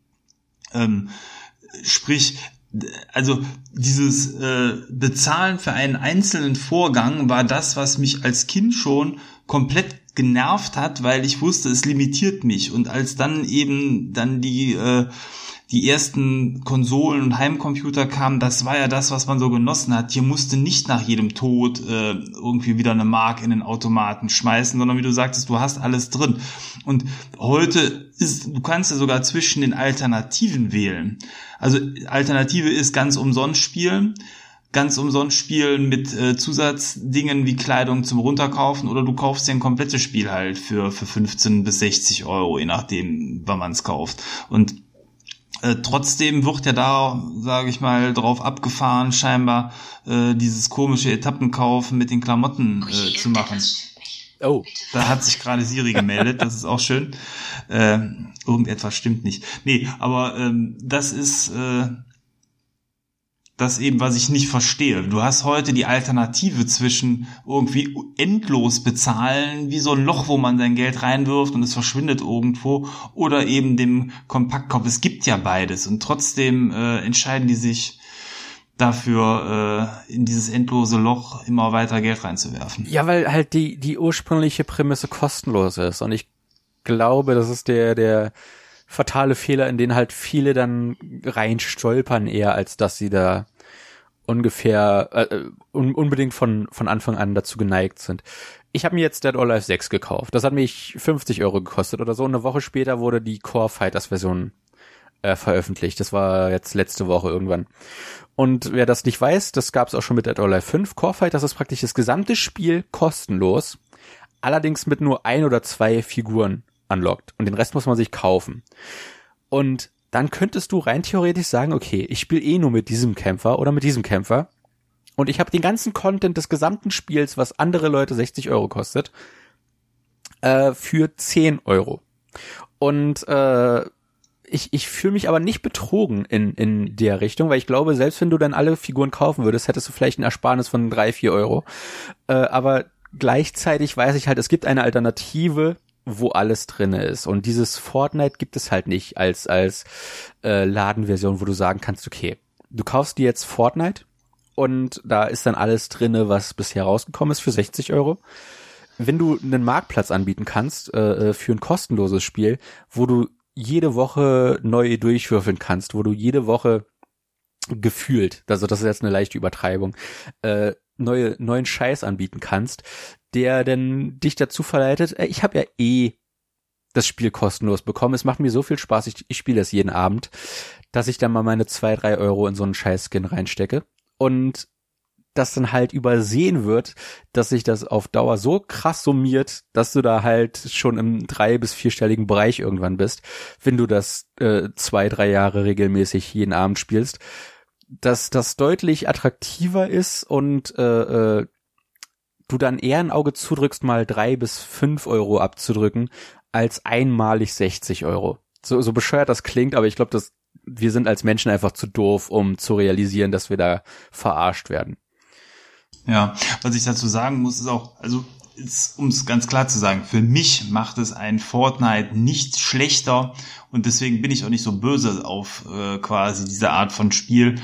Sprich, also dieses Bezahlen für einen einzelnen Vorgang war das, was mich als Kind schon komplett genervt hat, weil ich wusste, es limitiert mich. Und als dann eben dann die ersten Konsolen und Heimcomputer kamen, das war ja das, was man so genossen hat. Hier musste nicht nach jedem Tod irgendwie wieder eine Mark in den Automaten schmeißen, sondern wie du sagtest, du hast alles drin. Und heute du kannst ja sogar zwischen den Alternativen wählen. Also Alternative ist ganz umsonst spielen mit Zusatzdingen wie Kleidung zum Runterkaufen, oder du kaufst dir ein komplettes Spiel halt für 15 bis 60 Euro, je nachdem, wann man es kauft. Und trotzdem wird ja da, sage ich mal, drauf abgefahren, scheinbar dieses komische Etappenkaufen mit den Klamotten zu machen. Oh, da hat sich gerade Siri gemeldet, das ist auch schön. Irgendetwas stimmt nicht. Nee, aber das ist das eben, was ich nicht verstehe. Du hast heute die Alternative zwischen irgendwie endlos bezahlen, wie so ein Loch, wo man sein Geld reinwirft und es verschwindet irgendwo, oder eben dem Kompaktkauf. Es gibt ja beides und trotzdem entscheiden die sich dafür, in dieses endlose Loch immer weiter Geld reinzuwerfen. Ja, weil halt die ursprüngliche Prämisse kostenlos ist und ich glaube, das ist der fatale Fehler, in den halt viele dann rein stolpern, eher als dass sie da ungefähr unbedingt von Anfang an dazu geneigt sind. Ich habe mir jetzt Dead or Alive 6 gekauft. Das hat mich 50 € gekostet oder so. Eine Woche später wurde die Core Fighters Version veröffentlicht. Das war jetzt letzte Woche irgendwann. Und wer das nicht weiß, das gab es auch schon mit Dead or Alive 5. Core Fighters ist praktisch das gesamte Spiel kostenlos, allerdings mit nur 1 oder 2 Figuren unlocked. Und den Rest muss man sich kaufen. Und dann könntest du rein theoretisch sagen, okay, ich spiele nur mit diesem Kämpfer oder mit diesem Kämpfer und ich habe den ganzen Content des gesamten Spiels, was andere Leute 60 € kostet, für 10 €. Und ich fühle mich aber nicht betrogen in der Richtung, weil ich glaube, selbst wenn du dann alle Figuren kaufen würdest, hättest du vielleicht ein Ersparnis von 3-4 €. Aber gleichzeitig weiß ich halt, es gibt eine Alternative, wo alles drinne ist. Und dieses Fortnite gibt es halt nicht als Ladenversion, wo du sagen kannst, okay, du kaufst dir jetzt Fortnite und da ist dann alles drinne, was bisher rausgekommen ist für 60 €. Wenn du einen Marktplatz anbieten kannst für ein kostenloses Spiel, wo du jede Woche neu durchwürfeln kannst, wo du jede Woche gefühlt, also das ist jetzt eine leichte Übertreibung, neuen Scheiß anbieten kannst, der denn dich dazu verleitet, ich habe ja das Spiel kostenlos bekommen, es macht mir so viel Spaß, ich spiele es jeden Abend, dass ich dann mal meine 2-3 € in so einen Scheiß-Skin reinstecke und das dann halt übersehen wird, dass sich das auf Dauer so krass summiert, dass du da halt schon im 3- bis 4-stelligen Bereich irgendwann bist, wenn du das 2-3 Jahre regelmäßig jeden Abend spielst, dass das deutlich attraktiver ist und du dann eher ein Auge zudrückst, mal 3 bis 5 € abzudrücken, als einmalig 60 €. So bescheuert das klingt, aber ich glaube, wir sind als Menschen einfach zu doof, um zu realisieren, dass wir da verarscht werden. Ja, was ich dazu sagen muss, ist auch, also um es ganz klar zu sagen, für mich macht es ein Fortnite nicht schlechter und deswegen bin ich auch nicht so böse auf quasi diese Art von Spiel,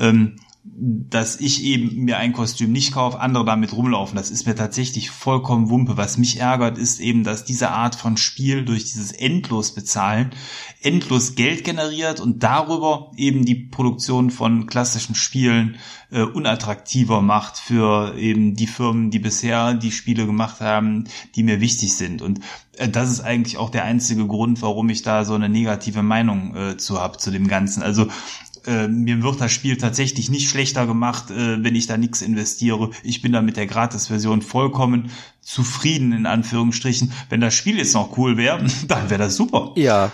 dass ich eben mir ein Kostüm nicht kaufe, andere damit rumlaufen. Das ist mir tatsächlich vollkommen Wumpe. Was mich ärgert, ist eben, dass diese Art von Spiel durch dieses endlos Bezahlen endlos Geld generiert und darüber eben die Produktion von klassischen Spielen unattraktiver macht für eben die Firmen, die bisher die Spiele gemacht haben, die mir wichtig sind. Und das ist eigentlich auch der einzige Grund, warum ich da so eine negative Meinung zu habe, zu dem Ganzen. Also mir wird das Spiel tatsächlich nicht schlechter gemacht, wenn ich da nichts investiere. Ich bin da mit der Gratis-Version vollkommen zufrieden, in Anführungsstrichen. Wenn das Spiel jetzt noch cool wäre, dann wäre das super. Ja,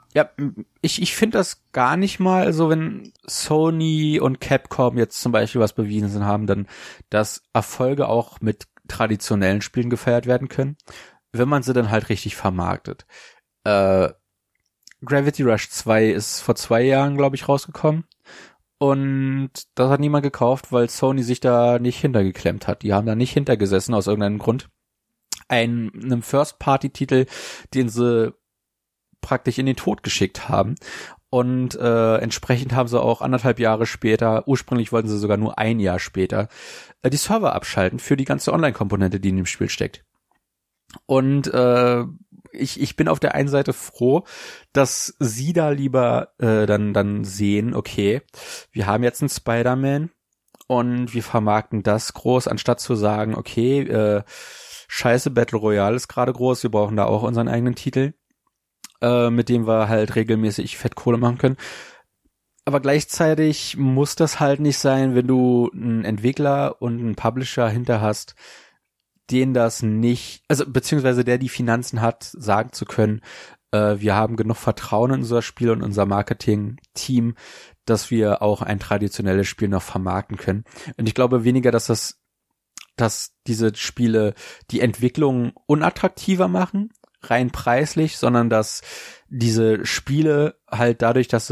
ich finde das gar nicht mal, also wenn Sony und Capcom jetzt zum Beispiel was bewiesen haben, dann, dass Erfolge auch mit traditionellen Spielen gefeiert werden können, wenn man sie dann halt richtig vermarktet. Gravity Rush 2 ist vor 2 Jahren, glaube ich, rausgekommen. Und das hat niemand gekauft, weil Sony sich da nicht hintergeklemmt hat. Die haben da nicht hintergesessen, aus irgendeinem Grund. Einem First-Party-Titel, den sie praktisch in den Tod geschickt haben. Und entsprechend haben sie auch 1,5 Jahre später, ursprünglich wollten sie sogar nur 1 Jahr später, die Server abschalten für die ganze Online-Komponente, die in dem Spiel steckt. Und ich bin auf der einen Seite froh, dass sie da lieber dann sehen, okay, wir haben jetzt einen Spider-Man und wir vermarkten das groß, anstatt zu sagen, okay, scheiße, Battle Royale ist gerade groß, wir brauchen da auch unseren eigenen Titel, mit dem wir halt regelmäßig Fettkohle machen können. Aber gleichzeitig muss das halt nicht sein, wenn du einen Entwickler und einen Publisher hinter hast, den das nicht, also beziehungsweise der die Finanzen hat, sagen zu können, wir haben genug Vertrauen in unser Spiel und unser Marketing-Team, dass wir auch ein traditionelles Spiel noch vermarkten können. Und ich glaube weniger, dass diese Spiele die Entwicklung unattraktiver machen, rein preislich, sondern dass diese Spiele halt dadurch, dass sie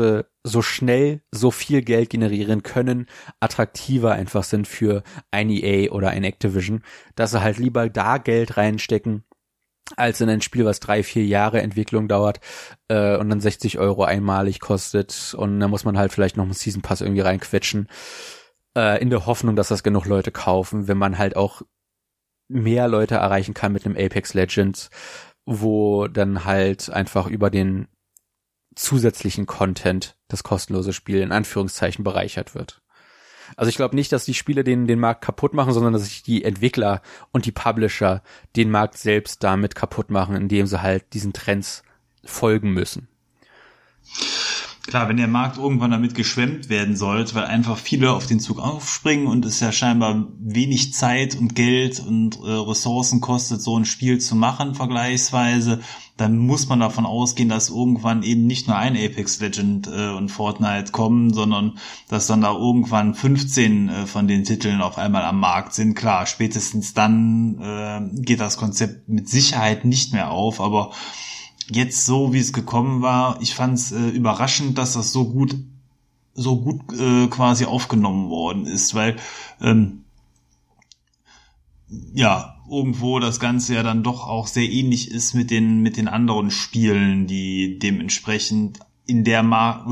so schnell so viel Geld generieren können, attraktiver einfach sind für ein EA oder ein Activision, dass sie halt lieber da Geld reinstecken, als in ein Spiel, was 3-4 Jahre Entwicklung dauert und dann 60 € einmalig kostet und dann muss man halt vielleicht noch einen Season Pass irgendwie reinquetschen, in der Hoffnung, dass das genug Leute kaufen, wenn man halt auch mehr Leute erreichen kann mit einem Apex Legends, wo dann halt einfach über den zusätzlichen Content das kostenlose Spiel in Anführungszeichen bereichert wird. Also ich glaube nicht, dass die Spiele den Markt kaputt machen, sondern dass sich die Entwickler und die Publisher den Markt selbst damit kaputt machen, indem sie halt diesen Trends folgen müssen. Klar, wenn der Markt irgendwann damit geschwemmt werden sollte, weil einfach viele auf den Zug aufspringen und es ja scheinbar wenig Zeit und Geld und Ressourcen kostet, so ein Spiel zu machen vergleichsweise, dann muss man davon ausgehen, dass irgendwann eben nicht nur ein Apex Legend und Fortnite kommen, sondern dass dann da irgendwann 15 von den Titeln auf einmal am Markt sind. Klar, spätestens dann geht das Konzept mit Sicherheit nicht mehr auf, aber jetzt so, wie es gekommen war, ich fand es überraschend, dass das so gut quasi aufgenommen worden ist, weil irgendwo das Ganze ja dann doch auch sehr ähnlich ist mit den anderen Spielen, die dementsprechend in der Art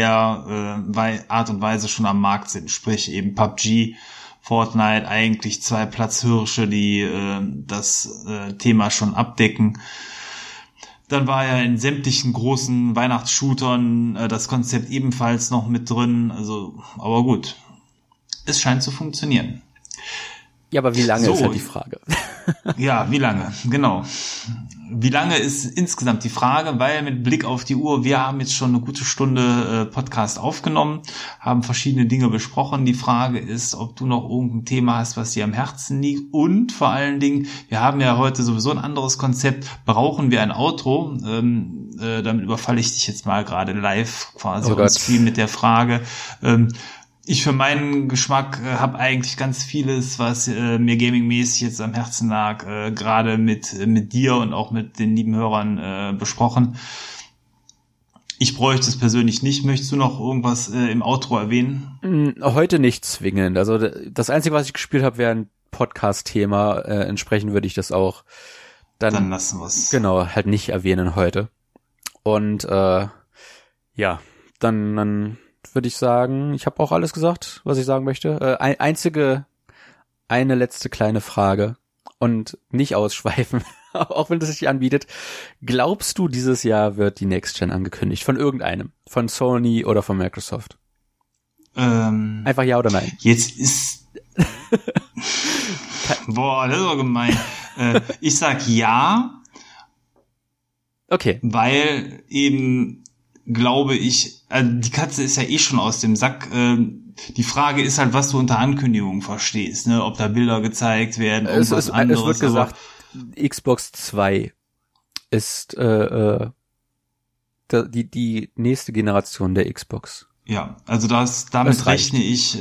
und Weise schon am Markt sind, sprich eben PUBG, Fortnite, eigentlich 2 Platzhirsche, die das Thema schon abdecken. Dann war ja in sämtlichen großen Weihnachtsshootern das Konzept ebenfalls noch mit drin. Also, aber gut, es scheint zu funktionieren. Ja, aber wie lange ist halt die Frage. Ja, wie lange, genau. Wie lange ist insgesamt die Frage, weil mit Blick auf die Uhr, wir haben jetzt schon eine gute Stunde Podcast aufgenommen, haben verschiedene Dinge besprochen. Die Frage ist, ob du noch irgendein Thema hast, was dir am Herzen liegt. Und vor allen Dingen, wir haben ja heute sowieso ein anderes Konzept. Brauchen wir ein Outro? Damit überfalle ich dich jetzt mal gerade live quasi im Stream mit der Frage. Ich für meinen Geschmack habe eigentlich ganz vieles, was mir gamingmäßig jetzt am Herzen lag, gerade mit dir und auch mit den lieben Hörern besprochen. Ich bräuchte es persönlich nicht. Möchtest du noch irgendwas im Outro erwähnen? Heute nicht zwingend. Also das Einzige, was ich gespielt habe, wäre ein Podcast-Thema. Entsprechend würde ich das auch dann lassen wir's. Genau, halt nicht erwähnen heute. Und dann würde ich sagen, ich habe auch alles gesagt, was ich sagen möchte. Eine letzte kleine Frage und nicht ausschweifen, auch wenn das sich anbietet. Glaubst du, dieses Jahr wird die Next Gen angekündigt? Von irgendeinem? Von Sony oder von Microsoft? Einfach ja oder nein? Jetzt ist... Boah, das ist doch gemein. Ich sag ja. Okay. Weil eben... glaube ich, die Katze ist ja eh schon aus dem Sack. Die Frage ist halt, was du unter Ankündigung verstehst, ne? Ob da Bilder gezeigt werden, irgendwas anderes. Es wird gesagt, Xbox 2 ist die nächste Generation der Xbox. Ja, also damit rechne ich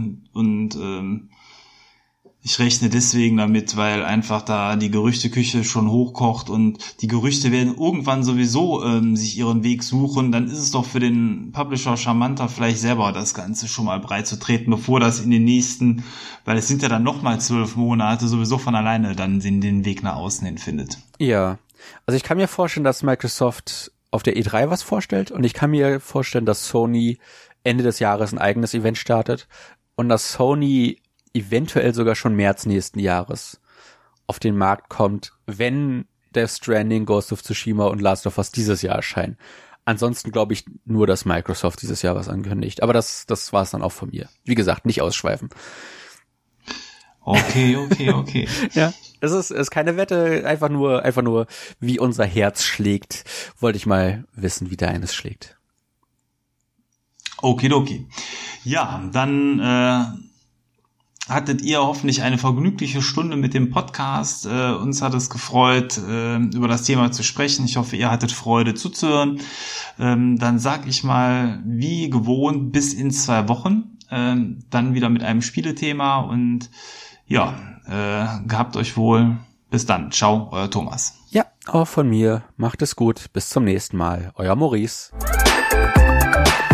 ich rechne deswegen damit, weil einfach da die Gerüchteküche schon hochkocht und die Gerüchte werden irgendwann sowieso sich ihren Weg suchen. Dann ist es doch für den Publisher charmanter, vielleicht selber das Ganze schon mal breit zu treten, bevor das in den nächsten, weil es sind ja dann nochmal 12 Monate, sowieso von alleine dann den Weg nach außen hin findet. Ja, also ich kann mir vorstellen, dass Microsoft auf der E3 was vorstellt und ich kann mir vorstellen, dass Sony Ende des Jahres ein eigenes Event startet und dass Sony eventuell sogar schon März nächsten Jahres auf den Markt kommt, wenn Death Stranding, Ghost of Tsushima und Last of Us dieses Jahr erscheinen. Ansonsten glaube ich nur, dass Microsoft dieses Jahr was ankündigt. Aber das war es dann auch von mir. Wie gesagt, nicht ausschweifen. Okay. Ja, es ist keine Wette, einfach nur, wie unser Herz schlägt. Wollte ich mal wissen, wie deines schlägt. Okay. Ja, dann hattet ihr hoffentlich eine vergnügliche Stunde mit dem Podcast. Uns hat es gefreut, über das Thema zu sprechen. Ich hoffe, ihr hattet Freude zuzuhören. Dann sag ich mal, wie gewohnt, bis in 2 Wochen. Dann wieder mit einem Spielethema. Und ja, gehabt euch wohl. Bis dann. Ciao, euer Thomas. Ja, auch von mir. Macht es gut. Bis zum nächsten Mal. Euer Maurice.